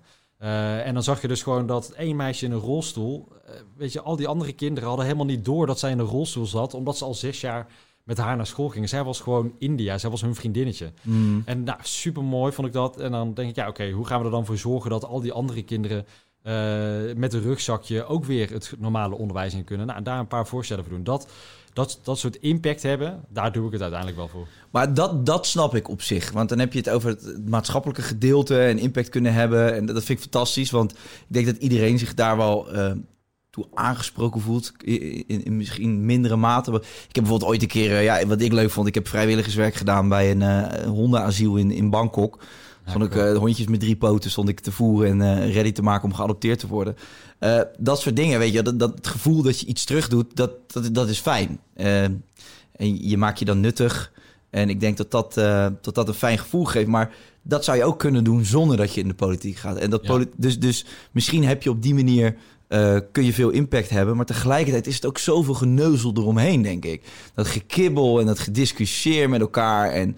[SPEAKER 2] En dan zag je dus gewoon dat 1 meisje in een rolstoel... al die andere kinderen hadden helemaal niet door dat zij in een rolstoel zat... omdat ze al 6 jaar met haar naar school gingen. Zij was gewoon India. Zij was hun vriendinnetje. En super mooi vond ik dat. En dan denk ik, hoe gaan we er dan voor zorgen dat al die andere kinderen... met een rugzakje ook weer het normale onderwijs in kunnen. Daar een paar voorstellen voor doen. Dat soort impact hebben, daar doe ik het uiteindelijk wel voor. Maar
[SPEAKER 3] dat snap ik op zich. Want dan heb je het over het maatschappelijke gedeelte en impact kunnen hebben. En dat vind ik fantastisch, want ik denk dat iedereen zich daar wel toe aangesproken voelt. In misschien mindere mate. Ik heb bijvoorbeeld ooit een keer, wat ik leuk vond, ik heb vrijwilligerswerk gedaan bij een hondenasiel in Bangkok. Stond ik hondjes met 3 poten stond ik te voeren en ready te maken om geadopteerd te worden. Dat soort dingen, weet je, dat het gevoel dat je iets terug doet, dat is fijn. En je maakt je dan nuttig. En ik denk dat een fijn gevoel geeft. Maar dat zou je ook kunnen doen zonder dat je in de politiek gaat. En dus misschien heb je op die manier... kun je veel impact hebben. Maar tegelijkertijd is het ook zoveel geneuzel eromheen, denk ik. Dat gekibbel en dat gediscussieer met elkaar. En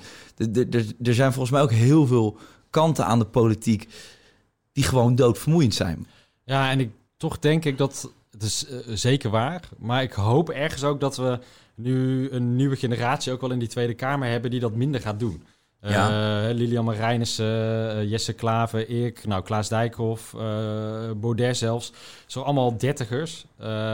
[SPEAKER 3] er zijn volgens mij ook heel veel kanten aan de politiek... die gewoon doodvermoeiend zijn.
[SPEAKER 2] Ja, en toch denk ik dat... Het is zeker waar. Maar ik hoop ergens ook dat we nu een nieuwe generatie... ook wel in die Tweede Kamer hebben die dat minder gaat doen. Lilian Marijnissen, Jesse Klaver, ik, Klaas Dijkhoff, Baudet zelfs. Zo allemaal 30ers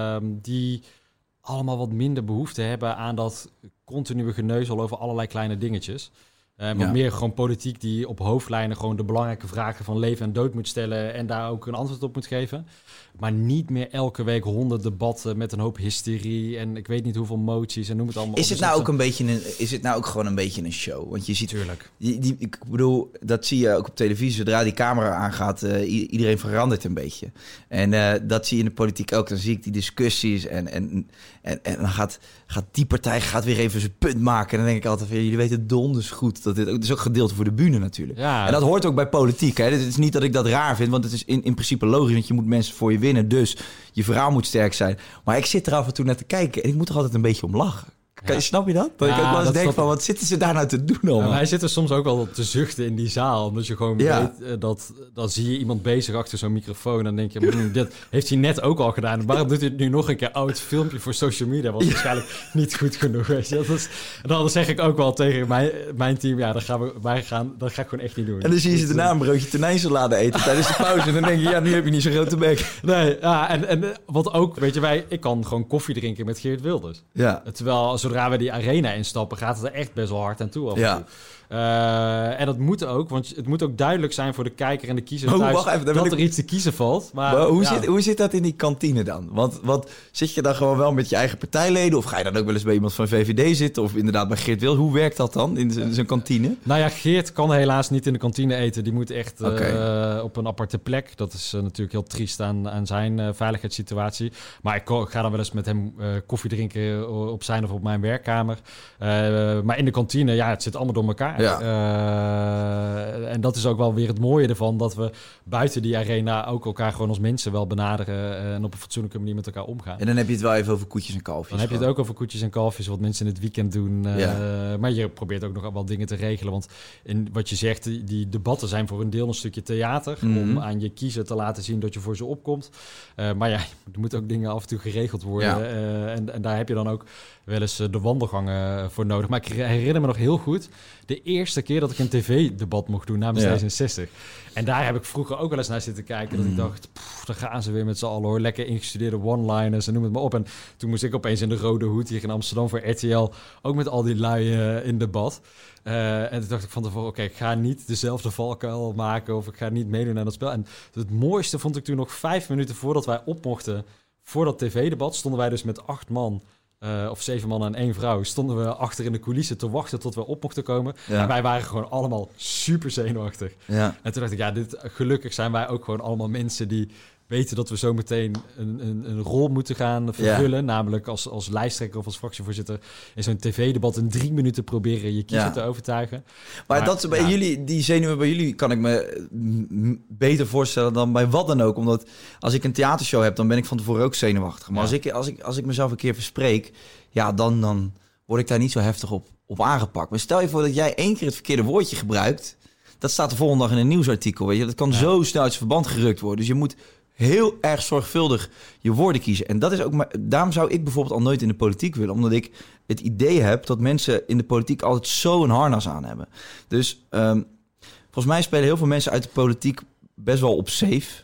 [SPEAKER 2] die allemaal wat minder behoefte hebben aan dat continue geneuzel over allerlei kleine dingetjes. Maar meer gewoon politiek die op hoofdlijnen gewoon de belangrijke vragen van leven en dood moet stellen en daar ook een antwoord op moet geven. Maar niet meer elke week 100 debatten met een hoop hysterie en ik weet niet hoeveel moties en noem het allemaal.
[SPEAKER 3] Is het nou ook gewoon een beetje een show? Want je ziet,
[SPEAKER 2] tuurlijk.
[SPEAKER 3] Ik bedoel, dat zie je ook op televisie. Zodra die camera aangaat, iedereen verandert een beetje. En dat zie je in de politiek ook. Dan zie ik die discussies en dan gaat die partij weer even zijn punt maken. En dan denk ik altijd, jullie weten donders goed dat dit ook, het is ook gedeelte voor de bühne natuurlijk. Ja, en dat hoort ook bij politiek. Hè? Het is niet dat ik dat raar vind, want het is in principe logisch, want je moet mensen voor je winnen. Dus je verhaal moet sterk zijn. Maar ik zit er af en toe naar te kijken en ik moet er altijd een beetje om lachen. Snap je dat? Dat ik ook wel eens denk van, wat zitten ze daar nou te doen allemaal?
[SPEAKER 2] Wij zitten soms ook wel te zuchten in die zaal. Omdat je gewoon weet, dan zie je iemand bezig achter zo'n microfoon. En dan denk je, dit heeft hij net ook al gedaan. Waarom doet hij het nu nog een keer? Het filmpje voor social media was waarschijnlijk niet goed genoeg. Weet je? Dan zeg ik ook wel tegen mijn team, dat ga ik gewoon echt niet doen.
[SPEAKER 3] En dan zie je ze daarna een broodje tonijnsalade eten tijdens de pauze. En dan denk je, nu heb je niet zo'n grote bek.
[SPEAKER 2] Nee, en wat ook, weet je, ik kan gewoon koffie drinken met Geert Wilders.
[SPEAKER 3] Ja.
[SPEAKER 2] Terwijl zodra we die arena instappen, gaat het er echt best wel hard aan toe af en toe. En dat moet ook, want het moet ook duidelijk zijn voor de kijker en de kiezer thuis dat er iets te kiezen valt. Maar
[SPEAKER 3] hoe zit dat in die kantine dan? Want zit je dan gewoon wel met je eigen partijleden? Of ga je dan ook wel eens bij iemand van VVD zitten? Of inderdaad bij Geert Wilders? Hoe werkt dat dan in zo'n kantine?
[SPEAKER 2] Nou ja, Geert kan helaas niet in de kantine eten. Die moet echt op een aparte plek. Dat is natuurlijk heel triest aan zijn veiligheidssituatie. Maar ik ga dan wel eens met hem koffie drinken op zijn of op mijn werkkamer. Maar in de kantine, het zit allemaal door elkaar. Ja. En dat is ook wel weer het mooie ervan, dat we buiten die arena ook elkaar gewoon als mensen wel benaderen en op een fatsoenlijke manier met elkaar omgaan.
[SPEAKER 3] En dan heb je het wel even over koetjes en kalfjes.
[SPEAKER 2] Dan heb je het ook over koetjes en kalfjes, wat mensen in het weekend doen. Maar je probeert ook nog wel dingen te regelen. Want in wat je zegt, die debatten zijn voor een deel een stukje theater. Om aan je kiezer te laten zien dat je voor ze opkomt. Maar er moeten ook dingen af en toe geregeld worden. Ja. En daar heb je dan ook wel eens de wandelgangen voor nodig. Maar ik herinner me nog heel goed de eerste keer dat ik een tv-debat mocht doen namens D66. En daar heb ik vroeger ook wel eens naar zitten kijken. Dat ik dacht, daar gaan ze weer met z'n allen hoor. Lekker ingestudeerde one-liners en noem het maar op. En toen moest ik opeens in de Rode Hoed hier in Amsterdam voor RTL ook met al die lui in debat. En toen dacht ik van tevoren, ik ga niet dezelfde valkuil maken of ik ga niet meedoen aan dat spel. En het mooiste vond ik toen nog 5 minuten voordat wij op mochten voor dat tv-debat, stonden wij dus met 8 man... of 7 man en 1 vrouw, stonden we achter in de coulissen te wachten tot we op mochten komen. Ja. En wij waren gewoon allemaal super zenuwachtig. Ja. En toen dacht ik, gelukkig zijn wij ook gewoon allemaal mensen die weten dat we zo meteen een rol moeten gaan vervullen. Ja. Namelijk als lijsttrekker of als fractievoorzitter in zo'n tv-debat in 3 minuten proberen je kiezer te overtuigen. Maar dat
[SPEAKER 3] bij jullie, die zenuwen bij jullie, kan ik me beter voorstellen dan bij wat dan ook. Omdat als ik een theatershow heb, dan ben ik van tevoren ook zenuwachtig. Maar als ik mezelf een keer verspreek, dan word ik daar niet zo heftig op aangepakt. Maar stel je voor dat jij 1 keer het verkeerde woordje gebruikt. Dat staat de volgende dag in een nieuwsartikel. Weet je? Dat kan zo snel uit zijn verband gerukt worden. Dus je moet heel erg zorgvuldig je woorden kiezen. En dat is ook daarom zou ik bijvoorbeeld al nooit in de politiek willen. Omdat ik het idee heb dat mensen in de politiek altijd zo een harnas aan hebben. Dus volgens mij spelen heel veel mensen uit de politiek best wel op safe.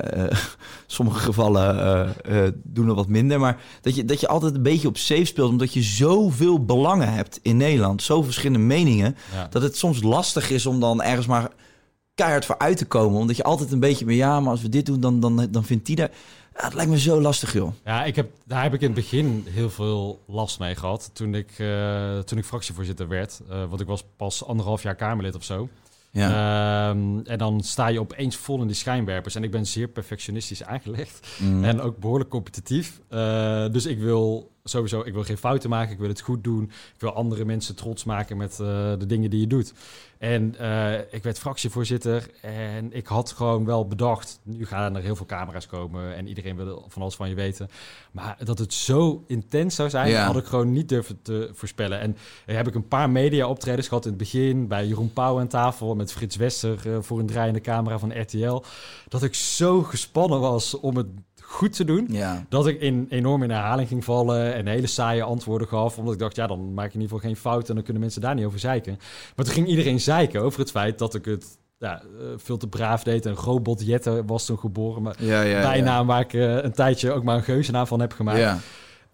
[SPEAKER 3] Sommige gevallen doen er wat minder. Maar dat je altijd een beetje op safe speelt. Omdat je zoveel belangen hebt in Nederland. Zo verschillende meningen. Ja. Dat het soms lastig is om dan ergens maar keihard voor uit te komen. Omdat je altijd een beetje maar als we dit doen, dan vindt die daar. Ja, het lijkt me zo lastig, joh.
[SPEAKER 2] Ja, daar heb ik in het begin heel veel last mee gehad. Toen ik fractievoorzitter werd. Want ik was pas 1,5 jaar Kamerlid of zo. Ja. En dan sta je opeens vol in die schijnwerpers. En ik ben zeer perfectionistisch aangelegd. En ook behoorlijk competitief. Dus ik wil geen fouten maken. Ik wil het goed doen. Ik wil andere mensen trots maken met de dingen die je doet. En ik werd fractievoorzitter. En ik had gewoon wel bedacht, nu gaan er heel veel camera's komen. En iedereen wil van alles van je weten. Maar dat het zo intens zou zijn, had ik gewoon niet durven te voorspellen. En heb ik een paar media-optredens gehad in het begin. Bij Jeroen Pauw aan tafel. Met Frits Wester voor een draaiende camera van RTL. Dat ik zo gespannen was om het goed te doen. Ja. Dat ik enorm in herhaling ging vallen en hele saaie antwoorden gaf. Omdat ik dacht, dan maak ik in ieder geval geen fout en dan kunnen mensen daar niet over zeiken. Maar toen ging iedereen zeiken over het feit dat ik het veel te braaf deed. En Robot Jette was toen geboren. Maar bijnaam waar ik een tijdje ook maar een geuzennaam van heb gemaakt. Ja.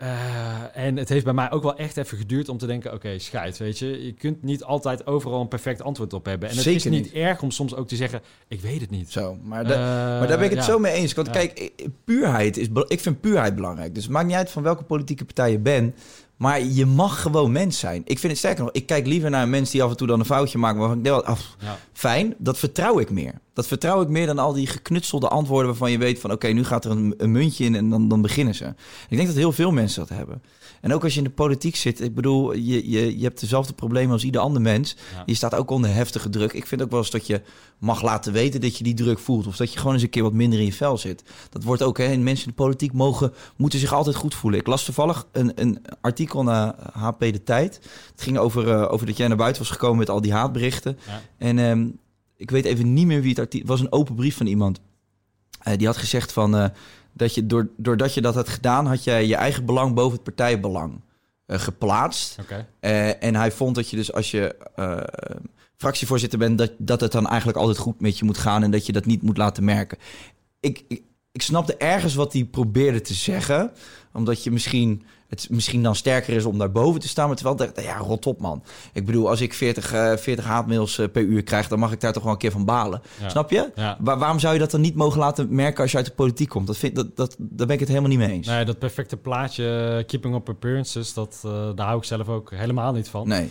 [SPEAKER 2] En het heeft bij mij ook wel echt even geduurd om te denken, oké, scheid, weet je. Je kunt niet altijd overal een perfect antwoord op hebben. En het is niet erg om soms ook te zeggen, ik weet het niet.
[SPEAKER 3] Zo, maar daar ben ik het zo mee eens. Want kijk, ik vind puurheid belangrijk. Dus het maakt niet uit van welke politieke partij je bent. Maar je mag gewoon mens zijn. Ik vind het sterker nog, ik kijk liever naar een mens die af en toe dan een foutje maakt. Waarvan ik denk, fijn, dat vertrouw ik meer. Dat vertrouw ik meer dan al die geknutselde antwoorden waarvan je weet van, oké, nu gaat er een muntje in en dan beginnen ze. Ik denk dat heel veel mensen dat hebben. En ook als je in de politiek zit, ik bedoel, je hebt dezelfde problemen als ieder ander mens. Ja. Je staat ook onder heftige druk. Ik vind ook wel eens dat je mag laten weten dat je die druk voelt. Of dat je gewoon eens een keer wat minder in je vel zit. Dat wordt ook, hè, mensen in de politiek moeten zich altijd goed voelen. Ik las toevallig een artikel naar HP De Tijd. Het ging over dat jij naar buiten was gekomen met al die haatberichten. Ja. En ik weet even niet meer wie het artikel... Het was een open brief van iemand. Die had gezegd van... dat je doordat je dat had gedaan, had je je eigen belang boven het partijbelang geplaatst. Okay. En hij vond dat je dus als je fractievoorzitter bent, dat het dan eigenlijk altijd goed met je moet gaan en dat je dat niet moet laten merken. Ik snapte ergens wat hij probeerde te zeggen, omdat je het misschien dan sterker is om daarboven te staan, maar terwijl ja, rot op man. Ik bedoel, als ik 40 haatmails per uur krijg, dan mag ik daar toch wel een keer van balen. Ja. Snap je? Ja. Waarom zou je dat dan niet mogen laten merken als je uit de politiek komt? Daar ben ik het helemaal niet mee eens.
[SPEAKER 2] Nee, dat perfecte plaatje, keeping up appearances, daar hou ik zelf ook helemaal niet van.
[SPEAKER 3] Nee.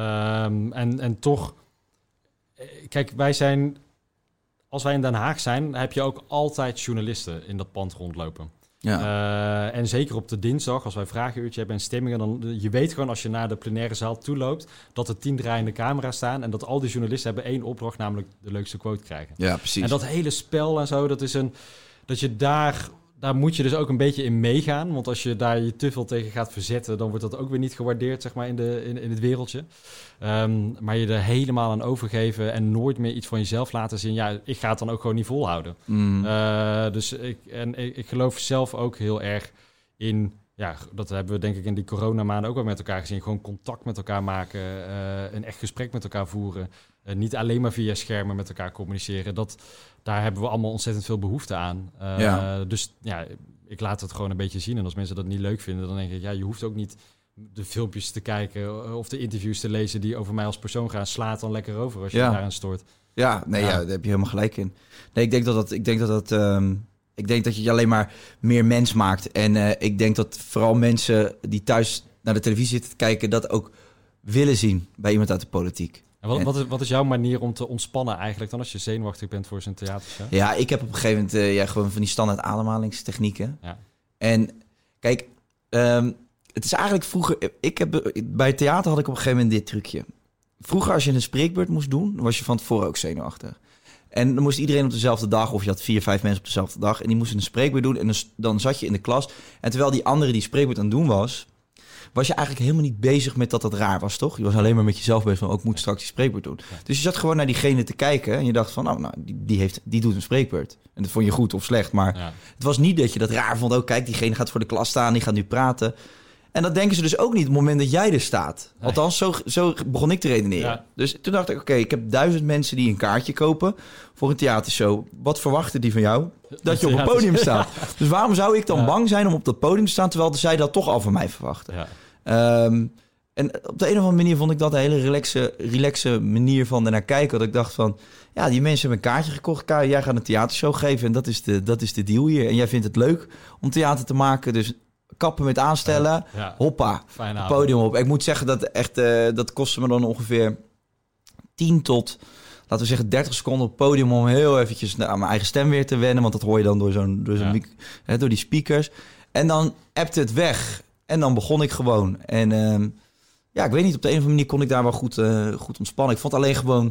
[SPEAKER 2] En toch, kijk, als wij in Den Haag zijn, heb je ook altijd journalisten in dat pand rondlopen. Ja. En zeker op de dinsdag, als wij vragenuurtje hebben en stemmingen, dan je weet gewoon als je naar de plenaire zaal toe loopt, dat er 10 draaiende camera's staan en dat al die journalisten hebben 1 opdracht, namelijk de leukste quote krijgen.
[SPEAKER 3] Ja, precies.
[SPEAKER 2] En dat hele spel en zo, dat je daar moet je dus ook een beetje in meegaan. Want als je daar je te veel tegen gaat verzetten, dan wordt dat ook weer niet gewaardeerd, zeg maar, in het wereldje. Maar je er helemaal aan overgeven en nooit meer iets van jezelf laten zien. Ja, ik ga het dan ook gewoon niet volhouden. Dus ik geloof zelf ook heel erg in... Ja, dat hebben we denk ik in die coronamaanden ook wel met elkaar gezien. Gewoon contact met elkaar maken, een echt gesprek met elkaar voeren. Niet alleen maar via schermen met elkaar communiceren. Daar hebben we allemaal ontzettend veel behoefte aan. Dus ja, ik laat het gewoon een beetje zien. En als mensen dat niet leuk vinden, dan denk ik... ja, je hoeft ook niet de filmpjes te kijken of de interviews te lezen die over mij als persoon gaan. Slaat dan lekker over als je daaraan stoort.
[SPEAKER 3] Ja, daar heb je helemaal gelijk in. Nee, ik denk dat je alleen maar meer mens maakt. En ik denk dat vooral mensen die thuis naar de televisie zitten te kijken... dat ook willen zien bij iemand uit de politiek.
[SPEAKER 2] En wat is jouw manier om te ontspannen eigenlijk dan als je zenuwachtig bent voor zo'n theatershow?
[SPEAKER 3] Ja, ik heb op een gegeven moment gewoon van die standaard ademhalingstechnieken. Ja. En kijk, het is eigenlijk vroeger... bij het theater had ik op een gegeven moment dit trucje. Vroeger als je een spreekbeurt moest doen, was je van tevoren ook zenuwachtig. En dan moest iedereen op dezelfde dag, of je had 4-5 mensen op dezelfde dag... en die moesten een spreekbeurt doen en dan zat je in de klas. En terwijl die andere die spreekbeurt aan het doen was je eigenlijk helemaal niet bezig met dat raar was, toch? Je was alleen maar met jezelf bezig van, ik moet straks die spreekbeurt doen. Ja. Dus je zat gewoon naar diegene te kijken en je dacht van, die doet een spreekbeurt. En dat vond je goed of slecht, maar het was niet dat je dat raar vond. Ook kijk, diegene gaat voor de klas staan, die gaat nu praten... En dat denken ze dus ook niet op het moment dat jij er staat. Nee. Althans, zo begon ik te redeneren. Ja. Dus toen dacht ik, oké, ik heb 1000 mensen die een kaartje kopen voor een theatershow. Wat verwachten die van jou? Dat je op een podium staat. Ja. Dus waarom zou ik dan bang zijn om op dat podium te staan... terwijl zij dat toch al van mij verwachten? Ja. En op de een of andere manier vond ik dat een hele relaxe manier van ernaar kijken. Dat ik dacht van, ja, die mensen hebben een kaartje gekocht. Jij gaat een theatershow geven en dat is de deal hier. En jij vindt het leuk om theater te maken, dus... kappen met aanstellen, hoppa, het podium op. Ik moet zeggen dat echt, dat kostte me dan ongeveer 10 tot, laten we zeggen, 30 seconden op het podium om heel eventjes aan mijn eigen stem weer te wennen, want dat hoor je dan door die speakers. En dan appte het weg en dan begon ik gewoon. En ik weet niet, op de een of andere manier kon ik daar wel goed ontspannen. Ik vond alleen gewoon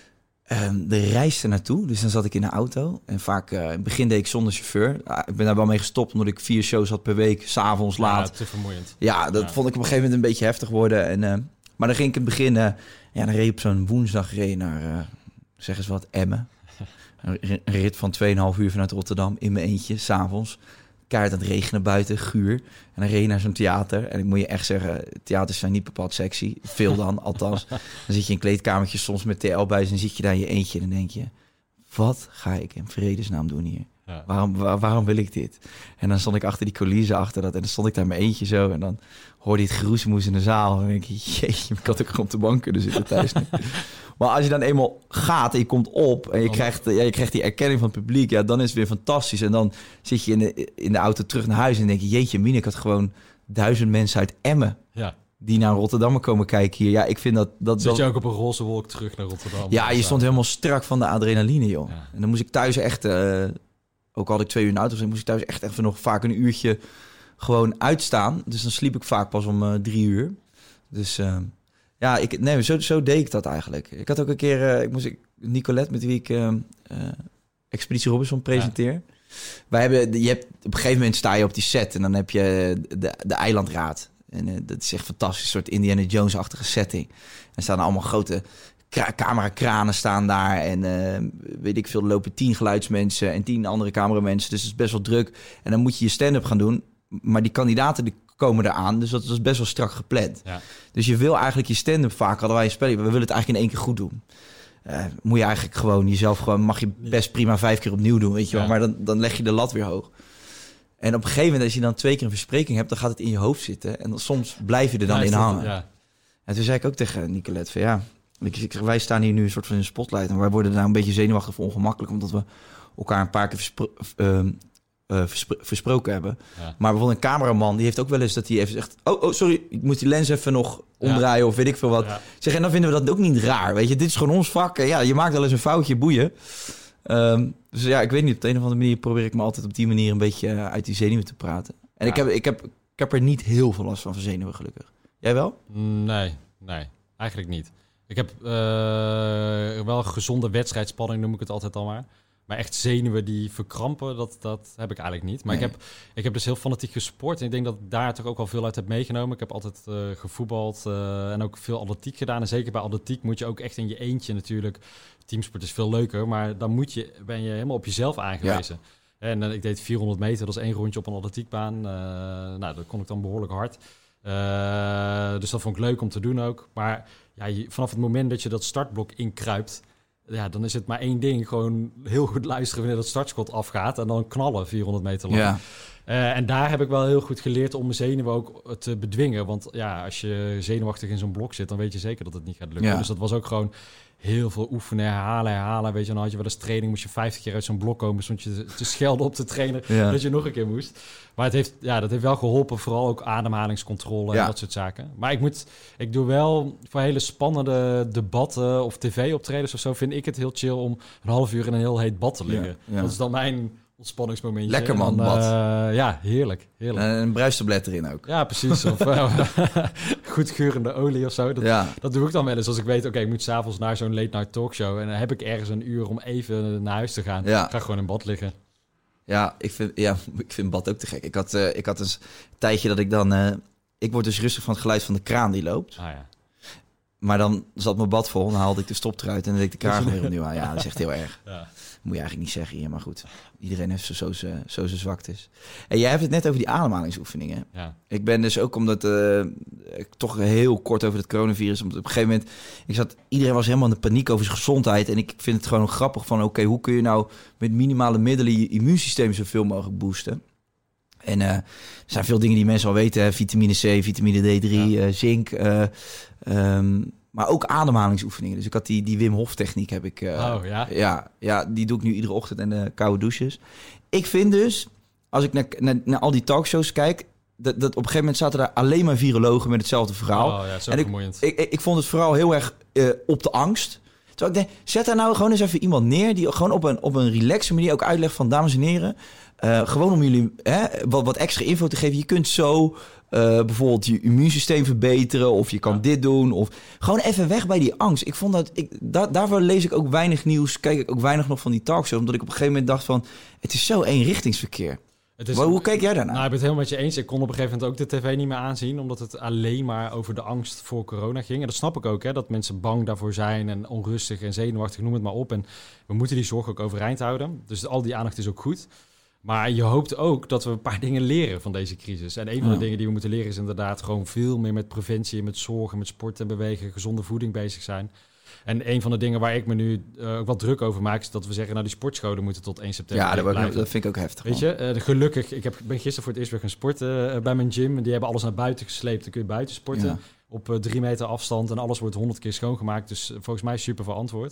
[SPEAKER 3] de reis ernaartoe. Dus dan zat ik in de auto. En vaak, in het begin deed ik zonder chauffeur. Ik ben daar wel mee gestopt, omdat ik 4 shows had per week. 'S'avonds laat.
[SPEAKER 2] Te vermoeiend.
[SPEAKER 3] Ja, dat vond ik op een gegeven moment een beetje heftig worden. Maar dan ging ik in het begin... dan reed ik op zo'n woensdag naar, zeg eens wat, Emmen. Een rit van 2,5 uur vanuit Rotterdam in mijn eentje, 's'avonds. Keihard aan het regenen buiten, guur. En dan reed je naar zo'n theater. En ik moet je echt zeggen, theaters zijn niet bepaald sexy. Veel dan, althans. Dan zit je in kleedkamertjes soms met TL bij. En dan zit je daar in je eentje en dan denk je... wat ga ik in vredesnaam doen hier? Ja. Waarom wil ik dit? En dan stond ik achter die coulissen achter dat. En dan stond ik daar in mijn eentje zo. En dan hoorde je het geroezemoes in de zaal. En dan denk je, jeetje, ik had ook gewoon op de bank kunnen zitten thuis nu. Maar als je dan eenmaal gaat en je komt op en je krijgt die erkenning van het publiek, ja, dan is het weer fantastisch. En dan zit je in de auto terug naar huis en denk je, jeetje mine, ik had gewoon 1000 mensen uit Emmen die naar Rotterdam komen kijken hier. Ja, ik vind dat
[SPEAKER 2] zit je ook op een roze wolk terug naar Rotterdam?
[SPEAKER 3] Ja, je stond helemaal strak van de adrenaline, joh. Ja. En dan moest ik thuis echt, ook al had ik 2 uur in de auto, moest ik thuis echt even nog vaak een uurtje gewoon uitstaan. Dus dan sliep ik vaak pas om 3 uur. Dus zo deed ik dat eigenlijk. Ik had ook een keer, Nicolette, met wie ik Expeditie Robinson presenteer. Ja. Je hebt op een gegeven moment sta je op die set en dan heb je de eilandraad. En dat is echt fantastisch, een soort Indiana Jones-achtige setting. Er staan allemaal grote camerakranen staan daar. En weet ik veel, er lopen 10 geluidsmensen en 10 andere cameramensen. Dus het is best wel druk. En dan moet je stand-up gaan doen. Maar die kandidaten die komen eraan. Dus dat is best wel strak gepland. Ja. Dus je wil eigenlijk je stand-up vaak, hadden wij een spelling, we willen het eigenlijk in 1 keer goed doen. Moet je eigenlijk gewoon jezelf mag je best prima 5 keer opnieuw doen, weet je wel. Maar dan leg je de lat weer hoog. En op een gegeven moment, als je dan 2 keer een verspreking hebt, dan gaat het in je hoofd zitten. En dan, soms blijf je er dan in hangen. Ja. En toen zei ik ook tegen Nicolette van wij staan hier nu een soort van in de spotlight. En wij worden daar een beetje zenuwachtig of ongemakkelijk, omdat we elkaar een paar keer versproken hebben. Ja. Maar bijvoorbeeld een cameraman, die heeft ook wel eens dat hij even zegt, oh, sorry, ik moet die lens even nog omdraaien of weet ik veel wat. Ja. Zeg, en dan vinden we dat ook niet raar, weet je. Dit is gewoon ons vak. En je maakt wel eens een foutje, boeien. Dus ik weet niet, op de een of andere manier probeer ik me altijd op die manier een beetje uit die zenuwen te praten. En ik heb er niet heel veel last van zenuwen, gelukkig. Jij wel?
[SPEAKER 2] Nee, eigenlijk niet. Ik heb wel een gezonde wedstrijdspanning, noem ik het altijd al maar. Maar echt zenuwen die verkrampen, dat heb ik eigenlijk niet. Maar ik heb dus heel fanatiek gesport. En ik denk dat ik daar toch ook al veel uit heb meegenomen. Ik heb altijd gevoetbald en ook veel atletiek gedaan. En zeker bij atletiek moet je ook echt in je eentje natuurlijk. Teamsport is veel leuker, maar dan ben je helemaal op jezelf aangewezen. Ja. En ik deed 400 meter, dat is 1 rondje op een atletiekbaan. Dat kon ik dan behoorlijk hard. Dus dat vond ik leuk om te doen ook. Maar vanaf het moment dat je dat startblok inkruipt, dan is het maar 1 ding. Gewoon heel goed luisteren wanneer dat startschot afgaat en dan knallen 400 meter lang. Ja. En daar heb ik wel heel goed geleerd om mijn zenuwen ook te bedwingen. Want als je zenuwachtig in zo'n blok zit, dan weet je zeker dat het niet gaat lukken. Ja. Dus dat was ook gewoon heel veel oefenen, herhalen. Weet je, dan had je wel eens training, moest je 50 keer uit zo'n blok komen, stond je te schelden op de trainer dat je nog een keer moest. Maar dat heeft wel geholpen, vooral ook ademhalingscontrole en dat soort zaken. Maar ik doe wel voor hele spannende debatten of tv-optredens of zo, vind ik het heel chill om een half uur in een heel heet bad te liggen. Ja. Dat is dan mijn ontspanningsmomentje.
[SPEAKER 3] Lekker man, bad.
[SPEAKER 2] Heerlijk.
[SPEAKER 3] Een bruistablet erin ook.
[SPEAKER 2] Ja, precies. Of goed geurende olie of zo. Dat doe ik dan wel eens als ik weet, ik moet 's avonds naar zo'n late night talkshow en dan heb ik ergens een uur om even naar huis te gaan. Ja. Ik ga gewoon in bad liggen.
[SPEAKER 3] Ja, ik vind bad ook te gek. Ik had een tijdje dat ik dan... ik word dus rustig van het geluid van de kraan die loopt. Maar dan zat mijn bad vol, dan haalde ik de stop eruit en dan deed ik de kraan weer opnieuw aan. Ja, dat is echt heel erg. Ja. Moet je eigenlijk niet zeggen hier, maar goed. Iedereen heeft zo zijn zwaktes. En jij hebt het net over die ademhalingsoefeningen. Ja. Ik ben dus ook, omdat ik toch heel kort over het coronavirus, omdat op een gegeven moment, iedereen was helemaal in de paniek over zijn gezondheid. En ik vind het gewoon grappig van, hoe kun je nou met minimale middelen je immuunsysteem zoveel mogelijk boosten? En er zijn veel dingen die mensen al weten, hè? Vitamine C, vitamine D3, zink, maar ook ademhalingsoefeningen. Dus ik had die Wim Hof techniek heb ik. Ja, die doe ik nu iedere ochtend en de koude douches. Ik vind dus, als ik naar al die talkshows kijk, dat op een gegeven moment zaten daar alleen maar virologen met hetzelfde verhaal.
[SPEAKER 2] Zo vermoeiend.
[SPEAKER 3] Ik vond het vooral heel erg op de angst. Terwijl ik denk, zet daar nou gewoon eens even iemand neer die gewoon op een relaxe manier ook uitlegt van, dames en heren, gewoon om jullie wat extra info te geven. Je kunt zo bijvoorbeeld je immuunsysteem verbeteren, of je kan dit doen, of gewoon even weg bij die angst. Ik vond daarvoor lees ik ook weinig nieuws, kijk ik ook weinig nog van die talkshow, omdat ik op een gegeven moment dacht van, het is zo eenrichtingsverkeer. Hoe kijk jij daarnaar?
[SPEAKER 2] Nou, ik ben het helemaal met je eens. Ik kon op een gegeven moment ook de tv niet meer aanzien, omdat het alleen maar over de angst voor corona ging. En dat snap ik ook, hè, dat mensen bang daarvoor zijn en onrustig en zenuwachtig, noem het maar op. En we moeten die zorg ook overeind houden. Dus al die aandacht is ook goed. Maar je hoopt ook dat we een paar dingen leren van deze crisis. En een van de dingen die we moeten leren is inderdaad gewoon veel meer met preventie, met zorgen, met sport en bewegen, gezonde voeding bezig zijn. En een van de dingen waar ik me nu ook wat druk over maak, is dat we zeggen, die sportscholen moeten tot 1 september
[SPEAKER 3] dat vind ik ook heftig.
[SPEAKER 2] Weet je, gelukkig, ik ben gisteren voor het eerst weer gaan sporten bij mijn gym. Die hebben alles naar buiten gesleept. Dan kun je buiten sporten op 3 meter afstand en alles wordt 100 keer schoongemaakt. Dus volgens mij super verantwoord.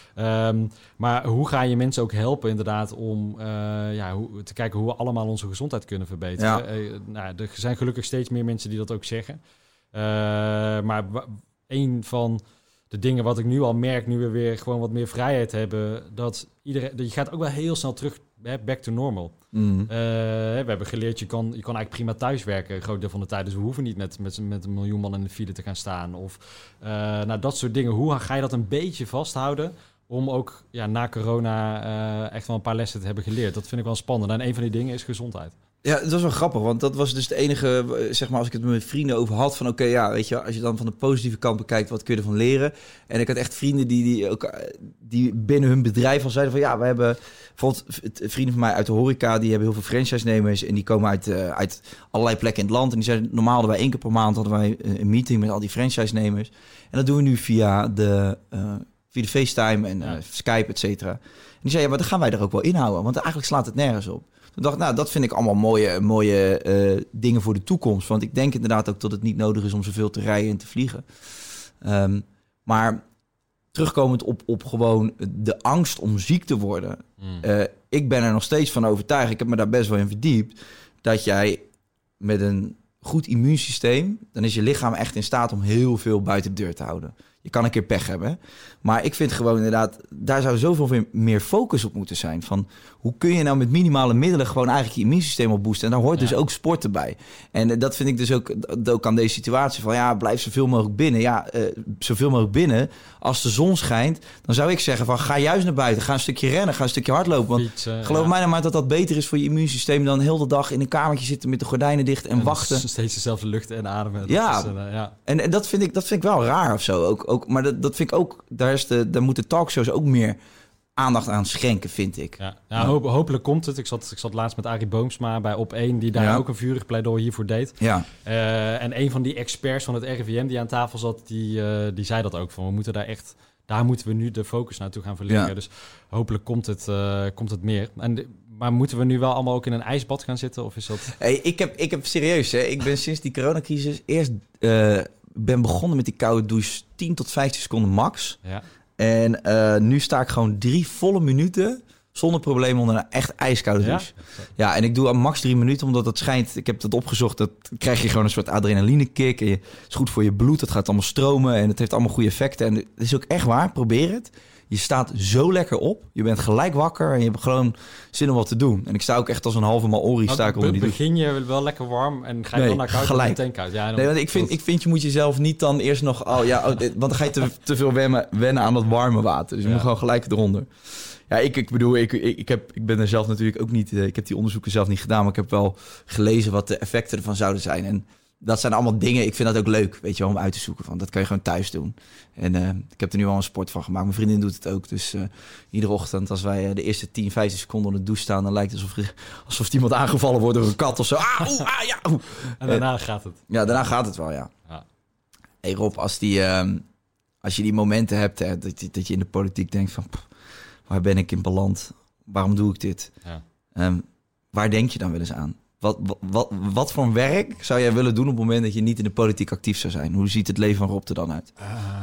[SPEAKER 2] Maar hoe ga je mensen ook helpen inderdaad om te kijken hoe we allemaal onze gezondheid kunnen verbeteren? Er zijn gelukkig steeds meer mensen die dat ook zeggen. Maar een van de dingen wat ik nu al merk, nu we weer gewoon wat meer vrijheid hebben, dat je gaat ook wel heel snel terug, back to normal. We hebben geleerd, je kan eigenlijk prima thuiswerken een groot deel van de tijd. Dus we hoeven niet met 1 miljoen man in de file te gaan staan. Of dat soort dingen. Hoe ga je dat een beetje vasthouden om ook na corona echt wel een paar lessen te hebben geleerd? Dat vind ik wel spannend. En een van die dingen is gezondheid.
[SPEAKER 3] Ja, dat was wel grappig, want dat was dus het enige, zeg maar, als ik het met mijn vrienden over had, van weet je, als je dan van de positieve kant bekijkt, wat kun je ervan leren? En ik had echt vrienden die binnen hun bedrijf al zeiden van, we hebben bijvoorbeeld vrienden van mij uit de horeca, die hebben heel veel franchise-nemers en die komen uit allerlei plekken in het land. En die zeiden, normaal hadden wij 1 keer per maand een meeting met al die franchise-nemers. En dat doen we nu via de FaceTime en Skype, et cetera. En die zeiden, maar dan gaan wij er ook wel inhouden, want eigenlijk slaat het nergens op. Toen dacht ik, dat vind ik allemaal mooie dingen voor de toekomst. Want ik denk inderdaad ook dat het niet nodig is om zoveel te rijden en te vliegen. Maar terugkomend op gewoon de angst om ziek te worden. Ik ben er nog steeds van overtuigd, ik heb me daar best wel in verdiept, dat jij met een goed immuunsysteem, dan is je lichaam echt in staat om heel veel buiten de deur te houden. Je kan een keer pech hebben. Maar ik vind gewoon inderdaad, daar zou zoveel meer focus op moeten zijn. Van hoe kun je nou met minimale middelen gewoon eigenlijk je immuunsysteem op boosten? En daar hoort dus ook sport erbij. En dat vind ik dus ook aan deze situatie van blijf zoveel mogelijk binnen. Zoveel mogelijk binnen. Als de zon schijnt, dan zou ik zeggen van ga juist naar buiten. Ga een stukje rennen, ga een stukje hardlopen. Want geloof mij nou maar dat beter is voor je immuunsysteem dan heel de dag in een kamertje zitten met de gordijnen dicht en wachten.
[SPEAKER 2] Steeds dezelfde lucht en ademen.
[SPEAKER 3] En dat vind ik wel raar of zo. Ook, maar dat vind ik ook, daar moeten talkshows ook meer aandacht aan schenken, vind ik.
[SPEAKER 2] Hopelijk komt het. Ik zat laatst met Arie Boomsma bij Op1, die daar ook een vurig pleidooi hiervoor deed. Ja. En een van die experts van het RIVM die aan tafel zat, die zei dat ook. Van we moeten daar moeten we nu de focus naartoe gaan verleggen. Ja. Dus hopelijk komt het meer. Maar moeten we nu wel allemaal ook in een ijsbad gaan zitten? Of is dat...
[SPEAKER 3] Hey, ik heb serieus, hè. Ik ben sinds die coronacrisis eerst ben begonnen met die koude douche 10 tot 15 seconden max. Ja. En nu sta ik gewoon 3 volle minuten zonder probleem onder een echt ijskoude douche. Ja, en ik doe max 3 minuten, omdat het schijnt, ik heb het opgezocht, dat krijg je gewoon een soort adrenaline kick. En het is goed voor je bloed, het gaat allemaal stromen en het heeft allemaal goede effecten. En het is ook echt waar, probeer het. Je staat zo lekker op. Je bent gelijk wakker en je hebt gewoon zin om wat te doen. En ik sta ook echt als een halve Maori.
[SPEAKER 2] Begin je wel lekker warm en ga je dan naar koud of meteen koud? Ja,
[SPEAKER 3] nee, want ik vind je moet jezelf niet dan eerst nog... want dan ga je te veel wennen aan dat warme water. Dus je moet gewoon gelijk eronder. Ja, ik bedoel, ik ben er zelf natuurlijk ook niet... ik heb die onderzoeken zelf niet gedaan, maar ik heb wel gelezen wat de effecten ervan zouden zijn. En dat zijn allemaal dingen, ik vind dat ook leuk, weet je wel, om uit te zoeken. Van, dat kan je gewoon thuis doen. En ik heb er nu al een sport van gemaakt. Mijn vriendin doet het ook. Dus iedere ochtend, als wij de eerste 10, 15 seconden onder de douche staan, dan lijkt het alsof iemand aangevallen wordt door een kat of zo.
[SPEAKER 2] En daarna gaat het.
[SPEAKER 3] Ja, daarna gaat het wel, ja. Hey Rob, als je die momenten hebt, hè, dat je in de politiek denkt van, waar ben ik in beland? Waarom doe ik dit? Ja. Waar denk je dan wel eens aan? Wat voor een werk zou jij willen doen op het moment dat je niet in de politiek actief zou zijn? Hoe ziet het leven van Rob er dan uit?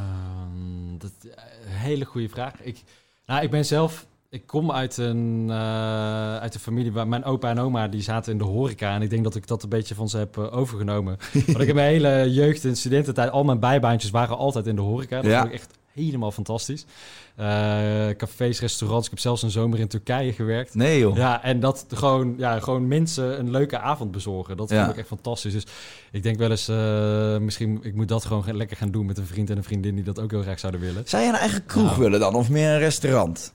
[SPEAKER 2] Dat is een hele goede vraag. Ik ben zelf... Ik kom uit een familie waar mijn opa en oma die zaten in de horeca. En ik denk dat ik dat een beetje van ze heb overgenomen. Want ik heb mijn hele jeugd en studententijd, al mijn bijbaantjes waren altijd in de horeca. Dat vond ik echt helemaal fantastisch. Cafés, restaurants. Ik heb zelfs een zomer in Turkije gewerkt.
[SPEAKER 3] Nee joh.
[SPEAKER 2] Ja, en dat gewoon mensen een leuke avond bezorgen. Dat vond ik echt fantastisch. Dus ik denk wel eens, misschien ik moet dat gewoon lekker gaan doen met een vriend en een vriendin die dat ook heel graag zouden willen.
[SPEAKER 3] Zou je een eigen kroeg willen dan? Of meer een restaurant?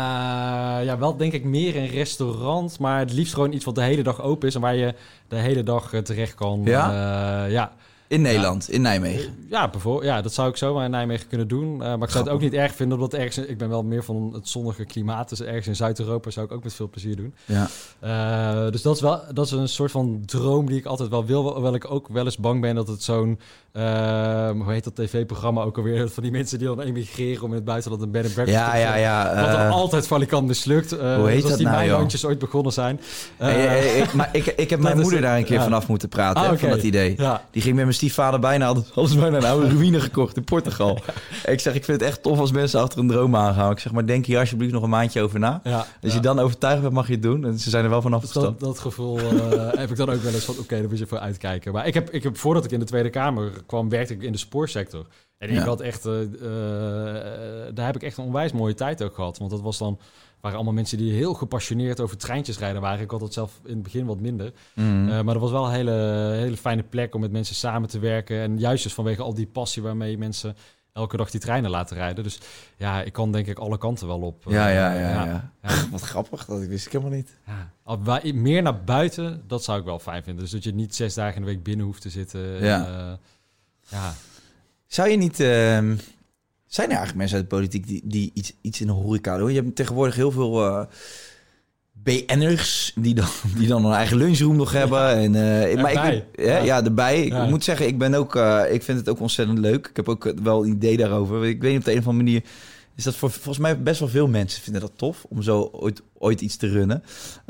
[SPEAKER 2] Wel denk ik meer een restaurant. Maar het liefst gewoon iets wat de hele dag open is. En waar je de hele dag terecht kan.
[SPEAKER 3] Ja? In Nederland, in Nijmegen?
[SPEAKER 2] Ja, dat zou ik zomaar in Nijmegen kunnen doen. Maar ik zou het ook niet erg vinden, omdat ik ben wel meer van het zonnige klimaat. Dus ergens in Zuid-Europa zou ik ook met veel plezier doen. Ja. Dus dat is een soort van droom die ik altijd wel wil. Hoewel ik ook wel eens bang ben dat het zo'n, hoe heet dat tv-programma ook alweer? Van die mensen die dan emigreren om in het buitenland een bed and breakfast te hebben. Wat dan altijd valikant mislukt.
[SPEAKER 3] Hoe heet dat
[SPEAKER 2] die
[SPEAKER 3] nou,
[SPEAKER 2] mijnlandjes ooit begonnen zijn.
[SPEAKER 3] Maar ik heb mijn moeder daar een keer vanaf moeten praten, van dat idee. Ja. Die ging met mijn stiefvader hadden ze bijna een oude ruïne gekocht in Portugal. Ik zeg, ik vind het echt tof als mensen achter een droom aangaan. Ik zeg, maar denk hier alsjeblieft nog een maandje over na. Als je dan overtuigd bent, mag je het doen. En ze zijn er wel vanaf gestapt.
[SPEAKER 2] Dat gevoel heb ik dan ook wel eens van, oké, daar moet je voor uitkijken. Maar ik heb voordat ik in de Tweede Kamer kwam, werkte ik in de spoorsector. En ik had echt, daar heb ik echt een onwijs mooie tijd ook gehad. Want dat waren allemaal mensen die heel gepassioneerd over treintjes rijden waren. Ik had dat zelf in het begin wat minder. Maar dat was wel een hele fijne plek om met mensen samen te werken. En juist dus vanwege al die passie waarmee mensen elke dag die treinen laten rijden. Dus ja, ik kan denk ik alle kanten wel op.
[SPEAKER 3] Ja. Wat grappig, dat wist ik helemaal niet.
[SPEAKER 2] Ja. Meer naar buiten, dat zou ik wel fijn vinden. Dus dat je niet 6 dagen in de week binnen hoeft te zitten.
[SPEAKER 3] Zou je niet... Zijn er eigenlijk mensen uit de politiek die iets in de horeca doen? Je hebt tegenwoordig heel veel BN'ers die dan een eigen lunchroom nog hebben. Erbij. Ik moet zeggen, ik vind het ook ontzettend leuk. Ik heb ook wel een idee daarover. Ik weet niet, op de een of andere manier is dat volgens mij best wel veel mensen vinden dat tof om zo ooit iets te runnen.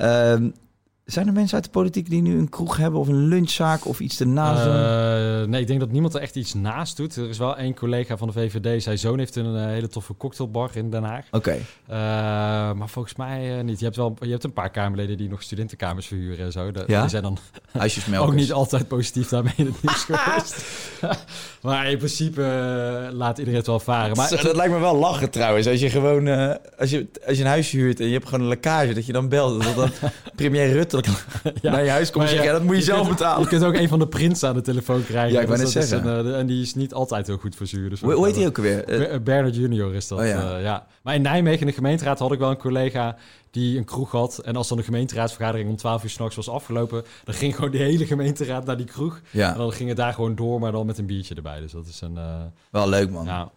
[SPEAKER 3] Zijn er mensen uit de politiek die nu een kroeg hebben of een lunchzaak of iets ernaast doen?
[SPEAKER 2] Nee, ik denk dat niemand er echt iets naast doet. Er is wel één collega van de VVD. Zijn zoon heeft een hele toffe cocktailbar in Den Haag.
[SPEAKER 3] Oké.
[SPEAKER 2] Maar volgens mij niet. Je hebt een paar Kamerleden die nog studentenkamers verhuren en zo. Die zijn dan ook niet altijd positief daarmee in het nieuws geweest. Maar in principe laat iedereen het wel varen. Maar
[SPEAKER 3] dat lijkt me wel lachen trouwens. Als je gewoon als je een huisje huurt en je hebt gewoon een lekkage, dat je dan belt. Dat dan premier Rutte naar je huis komt en zeggen, dat moet je zelf betalen.
[SPEAKER 2] Je kunt ook een van de prinsen aan de telefoon krijgen.
[SPEAKER 3] Ja, ik wou net zeggen.
[SPEAKER 2] En die is niet altijd heel goed voor zuur. Dus
[SPEAKER 3] hoe heet hij ook alweer?
[SPEAKER 2] Bernard Junior is dat. Maar in Nijmegen in de gemeenteraad had ik wel een collega die een kroeg had. En als dan de gemeenteraadsvergadering om 12 uur 's nachts was afgelopen, dan ging gewoon de hele gemeenteraad naar die kroeg. Ja. En dan ging het daar gewoon door, maar dan met een biertje erbij. Dus dat is
[SPEAKER 3] wel leuk, man.
[SPEAKER 2] Ja.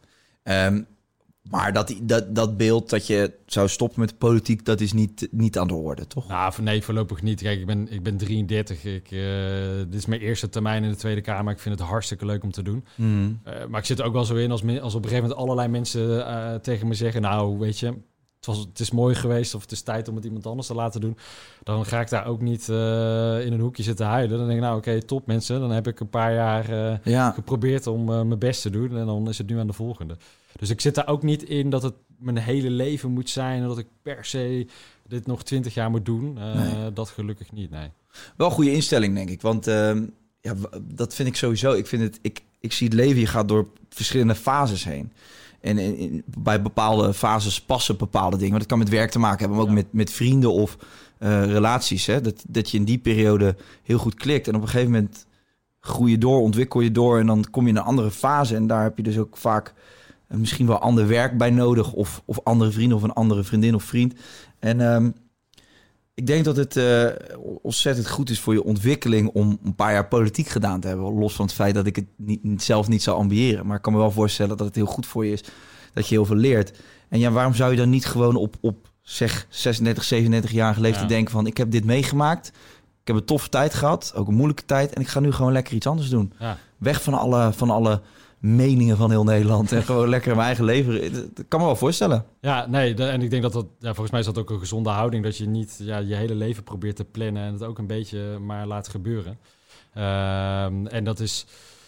[SPEAKER 3] Maar dat beeld dat je zou stoppen met de politiek, dat is niet aan de orde, toch?
[SPEAKER 2] Nou, nee, voorlopig niet. Kijk, ik ben 33. Dit is mijn eerste termijn in de Tweede Kamer. Ik vind het hartstikke leuk om te doen. Maar ik zit er ook wel zo in als op een gegeven moment allerlei mensen tegen me zeggen, nou, weet je, het is mooi geweest of het is tijd om het iemand anders te laten doen. Dan ga ik daar ook niet in een hoekje zitten huilen. Dan denk ik, nou oké, top mensen. Dan heb ik een paar jaar geprobeerd om mijn best te doen. En dan is het nu aan de volgende. Dus ik zit daar ook niet in dat het mijn hele leven moet zijn en dat ik per se dit nog 20 jaar moet doen. Nee. Dat gelukkig niet, nee.
[SPEAKER 3] Wel een goede instelling, denk ik. Want dat vind ik sowieso. Ik zie het leven, je gaat door verschillende fases heen. En bij bepaalde fases passen bepaalde dingen. Want het kan met werk te maken hebben, maar ook met vrienden of relaties. Hè? Dat je in die periode heel goed klikt. En op een gegeven moment groei je door, ontwikkel je door. En dan kom je in een andere fase. En daar heb je dus ook vaak misschien wel ander werk bij nodig. Of andere vrienden of een andere vriendin of vriend. En ik denk dat het ontzettend goed is voor je ontwikkeling om een paar jaar politiek gedaan te hebben. Los van het feit dat ik het zelf niet zou ambiëren. Maar ik kan me wel voorstellen dat het heel goed voor je is. Dat je heel veel leert. En ja, waarom zou je dan niet gewoon op zeg 36, 37-jarige leeftijd denken van, ik heb dit meegemaakt. Ik heb een toffe tijd gehad. Ook een moeilijke tijd. En ik ga nu gewoon lekker iets anders doen. Ja. Weg van alle meningen van heel Nederland en gewoon lekker mijn eigen leven. Dat kan me wel voorstellen.
[SPEAKER 2] Ja, nee, en ik denk dat volgens mij is dat ook een gezonde houding, dat je niet je hele leven probeert te plannen en het ook een beetje maar laat gebeuren. En dat is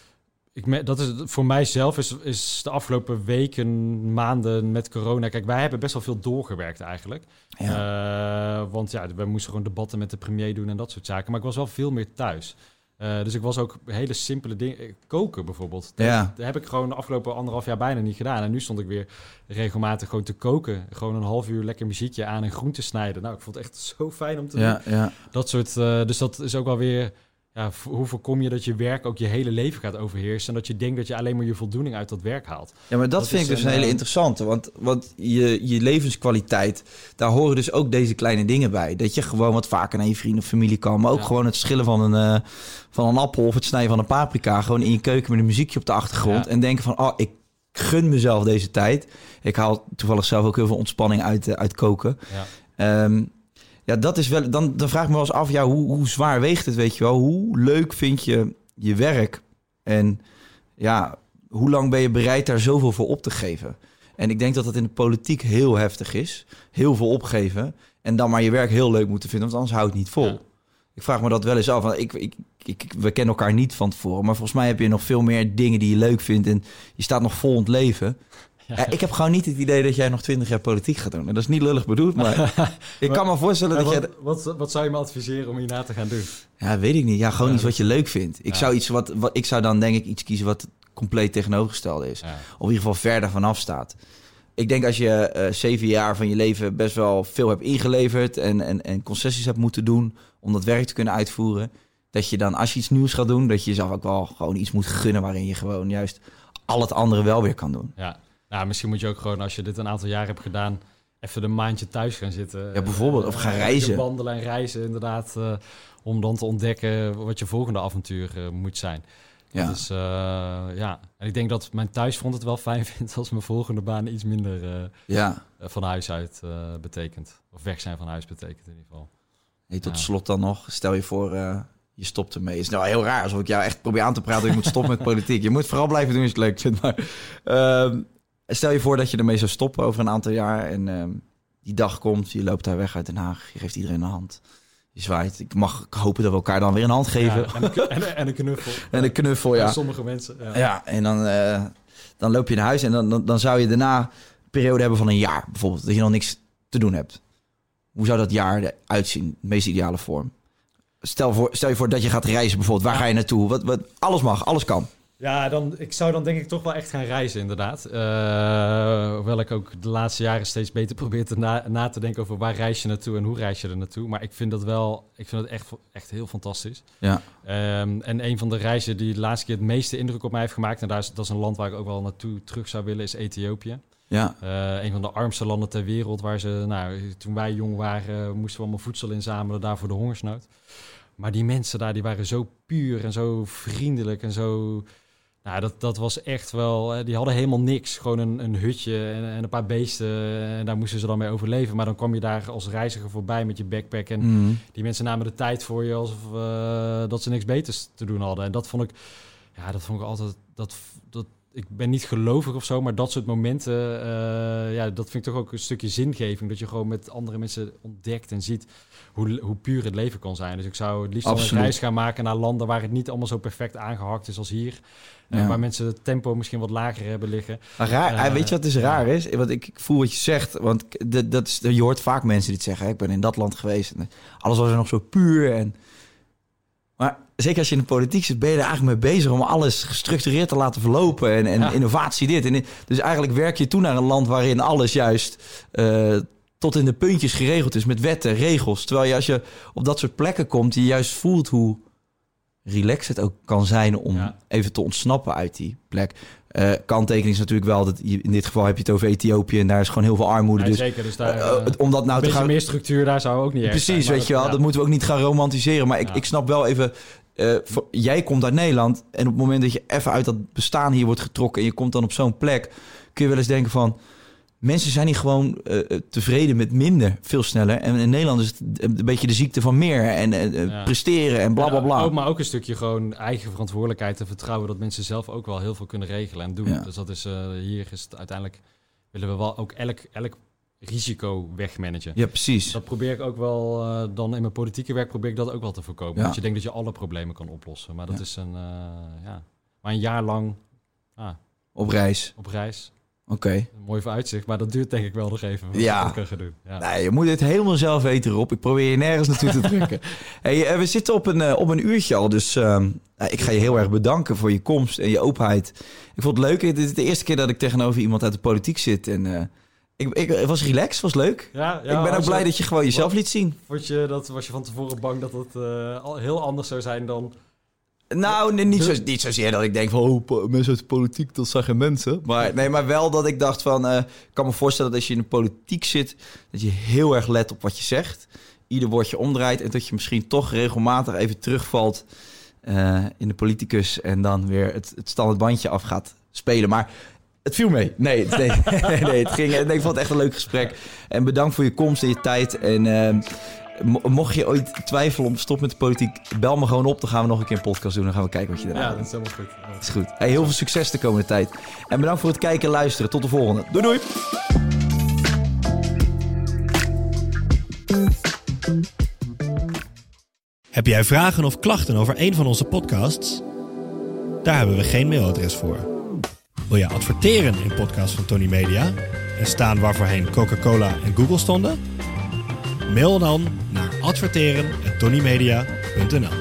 [SPEAKER 2] voor mijzelf is de afgelopen weken, maanden met corona. Kijk, wij hebben best wel veel doorgewerkt eigenlijk. Ja. Want we moesten gewoon debatten met de premier doen en dat soort zaken. Maar ik was wel veel meer thuis. Dus ik was ook hele simpele dingen. Koken bijvoorbeeld. Dat heb ik gewoon de afgelopen 1,5 jaar bijna niet gedaan. En nu stond ik weer regelmatig gewoon te koken. Gewoon een half uur lekker muziekje aan en groenten snijden. Nou, ik vond het echt zo fijn om te doen. Ja. Dat soort. Dus dat is ook wel weer. Ja, hoe voorkom je dat je werk ook je hele leven gaat overheersen en dat je denkt dat je alleen maar je voldoening uit dat werk haalt?
[SPEAKER 3] Ja, maar dat vind ik dus een hele interessante. Want je levenskwaliteit, daar horen dus ook deze kleine dingen bij. Dat je gewoon wat vaker naar je vrienden of familie kan. Maar ook gewoon het schillen van een appel of het snijden van een paprika. Gewoon in je keuken met een muziekje op de achtergrond. Ja. En denken van, ik gun mezelf deze tijd. Ik haal toevallig zelf ook heel veel ontspanning uit koken. Ja. Ja, dat is wel. Dan vraag ik me wel eens af, hoe zwaar weegt het, weet je wel? Hoe leuk vind je je werk? En ja, hoe lang ben je bereid daar zoveel voor op te geven? En ik denk dat dat in de politiek heel heftig is. Heel veel opgeven. En dan maar je werk heel leuk moeten vinden, want anders houdt het niet vol. Ik vraag me dat wel eens af. Want we kennen elkaar niet van tevoren. Maar volgens mij heb je nog veel meer dingen die je leuk vindt. En je staat nog vol in het leven. Ja, ik heb gewoon niet het idee dat jij nog 20 jaar politiek gaat doen. En dat is niet lullig bedoeld, maar ik kan me voorstellen dat jij...
[SPEAKER 2] Wat zou je me adviseren om hierna te gaan doen?
[SPEAKER 3] Ja, weet ik niet. Ja, gewoon iets wat je leuk vindt. Ik zou dan denk ik iets kiezen wat compleet tegenovergestelde is. Ja. Of in ieder geval verder vanaf staat. Ik denk als je 7 jaar van je leven best wel veel hebt ingeleverd... en concessies hebt moeten doen om dat werk te kunnen uitvoeren... dat je dan, als je iets nieuws gaat doen... dat je jezelf ook wel gewoon iets moet gunnen... waarin je gewoon juist al het andere wel weer kan doen.
[SPEAKER 2] Ja. Nou, misschien moet je ook gewoon, als je dit een aantal jaar hebt gedaan... even een maandje thuis gaan zitten.
[SPEAKER 3] Ja, bijvoorbeeld. Of gaan reizen.
[SPEAKER 2] Wandelen en reizen, inderdaad. Om dan te ontdekken wat je volgende avontuur moet zijn.
[SPEAKER 3] Ja.
[SPEAKER 2] Dus en ik denk dat mijn thuisfront het wel fijn vindt... als mijn volgende baan iets minder van huis uit betekent. Of weg zijn van huis betekent in ieder geval.
[SPEAKER 3] Hey, tot slot dan nog. Stel je voor, je stopt ermee. Het is nou heel raar alsof ik jou echt probeer aan te praten... je moet stoppen met politiek. Je moet vooral blijven doen als je het leuk vindt. Maar stel je voor dat je ermee zou stoppen over een aantal jaar... en die dag komt, je loopt daar weg uit Den Haag... je geeft iedereen een hand, je zwaait. Ik mag hopen dat we elkaar dan weer een hand geven.
[SPEAKER 2] Ja, en een knuffel.
[SPEAKER 3] En een knuffel, ja.
[SPEAKER 2] Sommige mensen.
[SPEAKER 3] Ja, en dan loop je naar huis... en dan zou je daarna een periode hebben van een jaar bijvoorbeeld... dat je nog niks te doen hebt. Hoe zou dat jaar eruit zien? De meest ideale vorm. Stel je voor dat je gaat reizen bijvoorbeeld. Waar ga je naartoe? Wat, alles mag, alles kan.
[SPEAKER 2] Ja, ik zou dan denk ik toch wel echt gaan reizen, inderdaad. Hoewel ik ook de laatste jaren steeds beter probeer na te denken over waar reis je naartoe en hoe reis je er naartoe. Maar ik vind het echt heel fantastisch.
[SPEAKER 3] Ja.
[SPEAKER 2] En een van de reizen die de laatste keer het meeste indruk op mij heeft gemaakt, en dat is een land waar ik ook wel naartoe terug zou willen, is Ethiopië.
[SPEAKER 3] Ja.
[SPEAKER 2] Een van de armste landen ter wereld, waar toen wij jong waren, moesten we allemaal voedsel inzamelen daar voor de hongersnood. Maar die mensen daar, die waren zo puur en zo vriendelijk en zo... Nou, dat was echt wel... Die hadden helemaal niks. Gewoon een hutje en een paar beesten. En daar moesten ze dan mee overleven. Maar dan kwam je daar als reiziger voorbij met je backpack. En die mensen namen de tijd voor je alsof dat ze niks beters te doen hadden. En dat vond ik altijd... Ik ben niet gelovig of zo, maar dat soort momenten... dat vind ik toch ook een stukje zingeving. Dat je gewoon met andere mensen ontdekt en ziet hoe puur het leven kan zijn. Dus ik zou het liefst een reis gaan maken naar landen... waar het niet allemaal zo perfect aangehakt is als hier. Waar mensen het tempo misschien wat lager hebben liggen.
[SPEAKER 3] Maar raar, weet je wat dus raar is? Want ik voel wat je zegt. Want je hoort vaak mensen die het zeggen. Ik ben in dat land geweest. En alles was er nog zo puur. Maar zeker als je in de politiek zit, ben je er eigenlijk mee bezig... om alles gestructureerd te laten verlopen. En innovatie dit. Dus eigenlijk werk je toe naar een land waarin alles juist... tot in de puntjes geregeld is met wetten, regels. Terwijl je als je op dat soort plekken komt... je juist voelt hoe relaxed het ook kan zijn... om even te ontsnappen uit die plek. Kanttekening is natuurlijk wel... dat in dit geval heb je het over Ethiopië... en daar is gewoon heel veel armoede.
[SPEAKER 2] Ja, dus, zeker, dus daar
[SPEAKER 3] om dat nou
[SPEAKER 2] een beetje meer structuur, daar zou ook niet
[SPEAKER 3] precies,
[SPEAKER 2] echt zijn,
[SPEAKER 3] weet je wel. Dat moeten we ook niet gaan romantiseren. Maar ik snap wel even... jij komt uit Nederland... en op het moment dat je even uit dat bestaan hier wordt getrokken... en je komt dan op zo'n plek... kun je wel eens denken van... mensen zijn niet gewoon tevreden met minder, veel sneller. En in Nederland is het een beetje de ziekte van meer. En presteren en bla, bla, bla.
[SPEAKER 2] Maar ook een stukje gewoon eigen verantwoordelijkheid en vertrouwen... dat mensen zelf ook wel heel veel kunnen regelen en doen. Ja. Dus dat is hier is het uiteindelijk... willen we wel ook elk risico wegmanagen.
[SPEAKER 3] Ja, precies.
[SPEAKER 2] Dat probeer ik ook wel... dan in mijn politieke werk probeer ik dat ook wel te voorkomen. Want je denkt dat je alle problemen kan oplossen. Maar dat is maar een jaar lang...
[SPEAKER 3] Op reis. Oké.
[SPEAKER 2] Mooi vooruitzicht, maar dat duurt denk ik wel nog even. Wat ik ga doen. Ja.
[SPEAKER 3] Nee, je moet het helemaal zelf weten, Rob. Ik probeer je nergens naartoe te trekken. Hey, we zitten op een uurtje al, dus ik ga je heel erg bedanken voor je komst en je openheid. Ik vond het leuk. Dit is de eerste keer dat ik tegenover iemand uit de politiek zit. En ik was relaxed, was leuk. Ja, ik ben ook blij dat je gewoon jezelf liet zien.
[SPEAKER 2] Was je van tevoren bang dat het heel anders zou zijn dan...
[SPEAKER 3] Nou, niet zozeer dat ik denk van... mensen uit de politiek, dat zijn geen mensen. Maar wel dat ik dacht van... ik kan me voorstellen dat als je in de politiek zit... dat je heel erg let op wat je zegt. Ieder woordje omdraait... en dat je misschien toch regelmatig even terugvalt... in de politicus... en dan weer het standaard bandje af gaat spelen. Maar het viel mee. Nee, het ging... Ik vond het echt een leuk gesprek. En bedankt voor je komst en je tijd. En... mocht je ooit twijfelen om te stoppen met de politiek... bel me gewoon op, dan gaan we nog een keer een podcast doen. Dan gaan we kijken wat je eruit
[SPEAKER 2] doet. Ja, dat is helemaal goed.
[SPEAKER 3] Dat is goed. Hey, heel veel succes de komende tijd. En bedankt voor het kijken en luisteren. Tot de volgende. Doei doei!
[SPEAKER 6] Heb jij vragen of klachten over een van onze podcasts? Daar hebben we geen mailadres voor. Wil je adverteren in podcasts van Tony Media en staan waarvoorheen Coca-Cola en Google stonden? Mail dan naar adverteren@tonymedia.nl.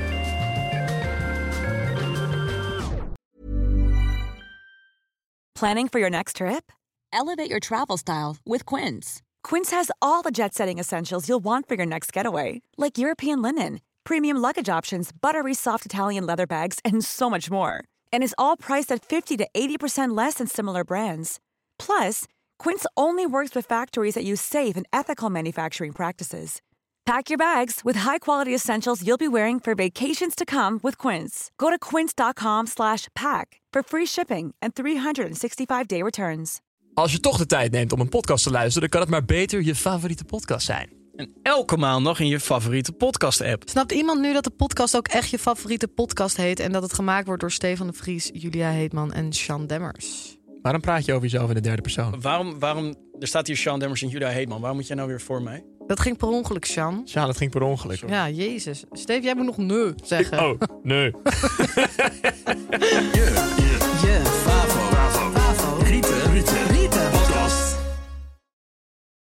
[SPEAKER 7] Planning for your next trip? Elevate your travel style with Quince. Quince has all the jet-setting essentials you'll want for your next getaway, like European linen, premium luggage options, buttery soft Italian leather bags, and so much more. And is all priced at 50 to 80% less than similar brands. Plus, Quince only works with factories that use safe and ethical manufacturing practices. Pack your bags with high-quality essentials you'll be wearing for vacations to come with Quince. Go to quince.com/pack for free shipping and 365-day returns.
[SPEAKER 8] Als je toch de tijd neemt om een podcast te luisteren, dan kan het maar beter je favoriete podcast zijn.
[SPEAKER 9] En elke maandag in je favoriete podcast-app.
[SPEAKER 10] Snapt iemand nu dat de podcast ook echt je favoriete podcast heet en dat het gemaakt wordt door Stefan de Vries, Julia Heetman en Sean Demmers?
[SPEAKER 8] Waarom praat je over jezelf in de derde persoon?
[SPEAKER 9] Waarom er staat hier Sean Demmers en Julia Heetman. Waarom moet jij nou weer voor mij?
[SPEAKER 10] Dat ging per ongeluk, Sean.
[SPEAKER 8] Ja, dat ging per ongeluk.
[SPEAKER 10] Ja, jezus. Steve, jij moet nog nee zeggen.
[SPEAKER 8] Oh, nee.
[SPEAKER 9] Yeah.